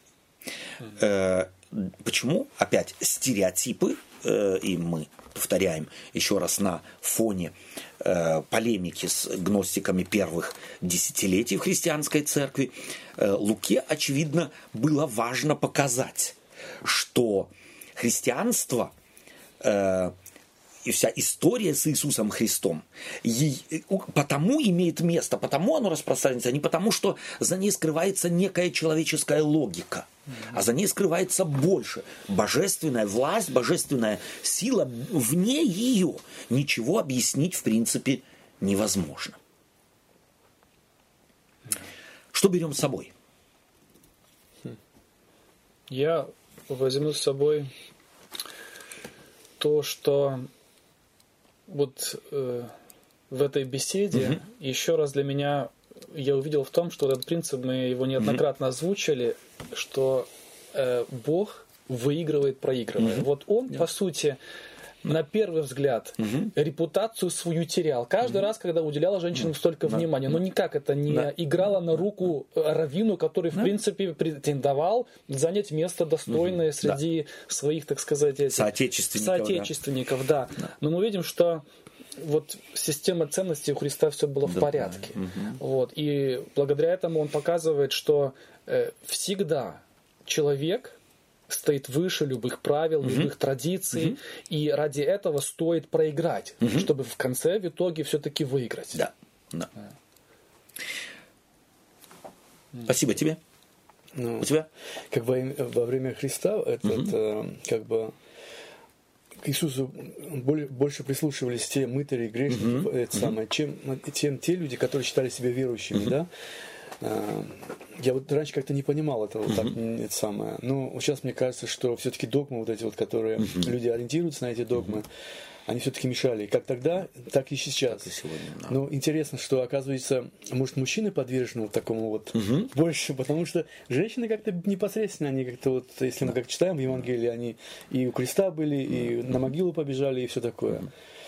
Э, почему? Опять стереотипы. И мы повторяем еще раз на фоне э, полемики с гностиками первых десятилетий в христианской церкви, э, Луке, очевидно, было важно показать, что христианство э, и вся история с Иисусом Христом ей, потому имеет место, потому оно распространяется, не потому, что за ней скрывается некая человеческая логика, а за ней скрывается больше. Божественная власть, божественная сила, вне ее ничего объяснить в принципе невозможно. Что берем с собой? Я возьму с собой то, что вот э, в этой беседе угу. еще раз для меня я увидел в том, что этот принцип, мы его неоднократно угу. озвучили, что э, Бог выигрывает, проигрывает. Угу. Вот Он, да. по сути, на первый взгляд, угу. репутацию свою терял. Каждый угу. раз, когда уделяла женщинам угу. столько да. внимания. Но никак это не да. играло на руку раввину, который, да. в принципе, претендовал занять место достойное угу. среди да. своих, так сказать, этих, соотечественников. соотечественников да. Да. Но мы видим, что вот система ценностей у Христа все было да. в порядке. Угу. Вот. И благодаря этому Он показывает, что э, всегда человек стоит выше любых правил, Угу. любых традиций, Угу. и ради этого стоит проиграть, Угу. чтобы в конце, в итоге, все-таки выиграть. Да. Да. Спасибо тебе. Ну, У тебя? как во, во время Христа этот, э, как бы к Иисусу более, больше прислушивались те мытари и грешники, Мгм. это Мгм. самое, чем, чем те люди, которые считали себя верующими, Мгм. да. А, Я вот раньше как-то не понимал этого, Мгм. так, м, это самое. Но сейчас мне кажется, что все-таки догмы вот эти вот, которые Мгм. люди ориентируются на эти догмы, они все-таки мешали. Как тогда, так и сейчас. Так и сегодня, да. Ну, интересно, что, оказывается, может, мужчины подвержены вот такому вот Мгм. больше, потому что женщины как-то непосредственно, они как-то вот, если мы как читаем в Евангелии, они и у креста были, и на могилу побежали, и все такое.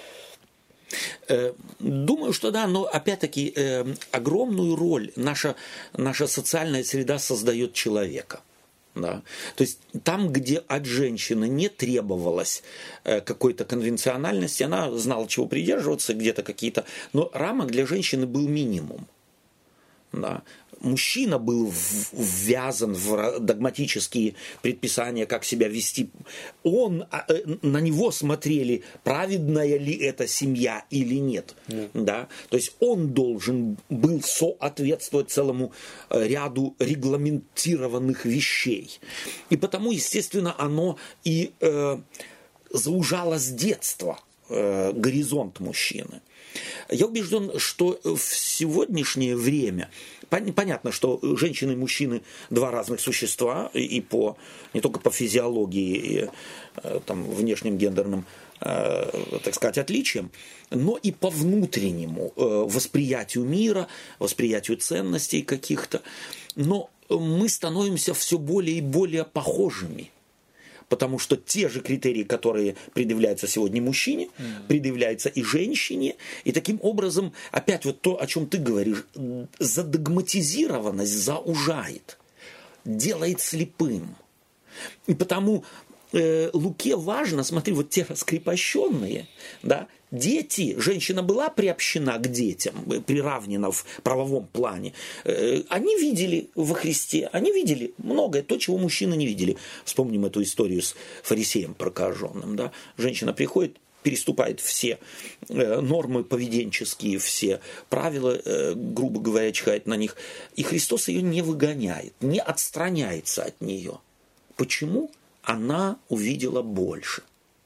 Э, Думаю, что да, но опять-таки э, огромную роль наша, наша социальная среда создает человека. Да. То есть там, где от женщины не требовалось э, какой-то конвенциональности, она знала, чего придерживаться, где-то какие-то, но рамок для женщины был минимум. Да. Мужчина был в- ввязан в догматические предписания, как себя вести. Он, а, э, на него смотрели, праведная ли эта семья или нет. Yeah. Да? То есть он должен был соответствовать целому э, ряду регламентированных вещей. И потому, естественно, оно и э, заужало с детства э, горизонт мужчины. Я убежден, что в сегодняшнее время пон- понятно, что женщины и мужчины два разных существа, и по, не только по физиологии и э, там, внешним гендерным, э, так сказать, отличиям, но и по внутреннему э, восприятию мира, восприятию ценностей каких-то. Но мы становимся все более и более похожими. Потому что те же критерии, которые предъявляются сегодня мужчине, mm. предъявляются и женщине. И таким образом, опять вот то, о чем ты говоришь, задогматизированность заужает, делает слепым. И потому э, Луке важно, смотри, вот те раскрепощенные, да, дети, женщина была приобщена к детям, приравнена в правовом плане. Они видели во Христе, они видели многое, то, чего мужчины не видели. Вспомним эту историю с фарисеем прокаженным. Да? Женщина приходит, переступает все нормы поведенческие, все правила, грубо говоря, чихает на них. И Христос ее не выгоняет, не отстраняется от нее. Почему? Она увидела больше.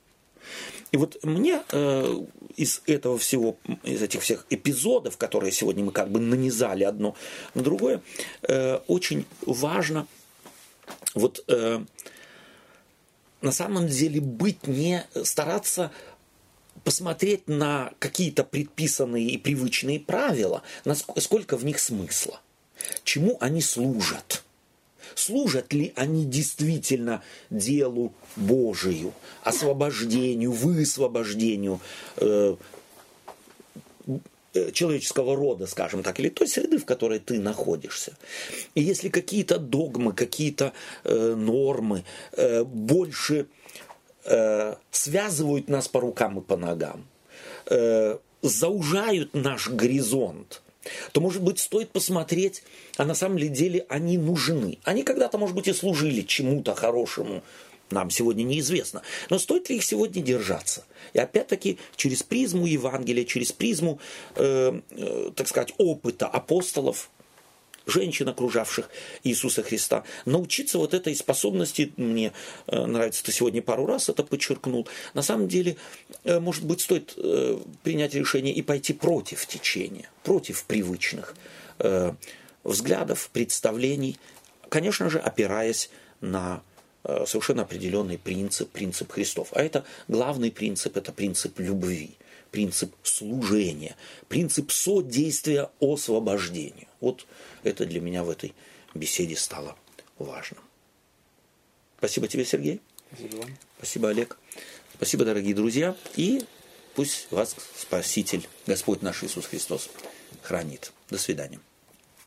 И вот мне э, из этого всего, из этих всех эпизодов, которые сегодня мы как бы нанизали одно на другое, э, очень важно вот э, на самом деле быть не стараться посмотреть на какие-то предписанные и привычные правила, насколько в них смысла, чему они служат. Служат ли они действительно делу Божию, освобождению, высвобождению э, человеческого рода, скажем так, или той среды, в которой ты находишься. И если какие-то догмы, какие-то э, нормы э, больше э, связывают нас по рукам и по ногам, э, заужают наш горизонт, то, может быть, стоит посмотреть, а на самом деле они нужны. Они когда-то, может быть, и служили чему-то хорошему, нам сегодня неизвестно. Но стоит ли их сегодня держаться? И опять-таки через призму Евангелия, через призму, э, э, так сказать, опыта апостолов, женщин, окружавших Иисуса Христа, научиться вот этой способности, мне э, нравится, ты сегодня пару раз это подчеркнул, на самом деле, э, может быть, стоит э, принять решение и пойти против течения, против привычных э, взглядов, представлений, конечно же, опираясь на э, совершенно определенный принцип, принцип Христов. А это главный принцип, это принцип любви, принцип служения, принцип содействия освобождению. Вот это для меня в этой беседе стало важным. Спасибо тебе, Сергей. Спасибо вам. Спасибо, Олег. Спасибо, дорогие друзья. И пусть вас Спаситель, Господь наш Иисус Христос, хранит. До свидания.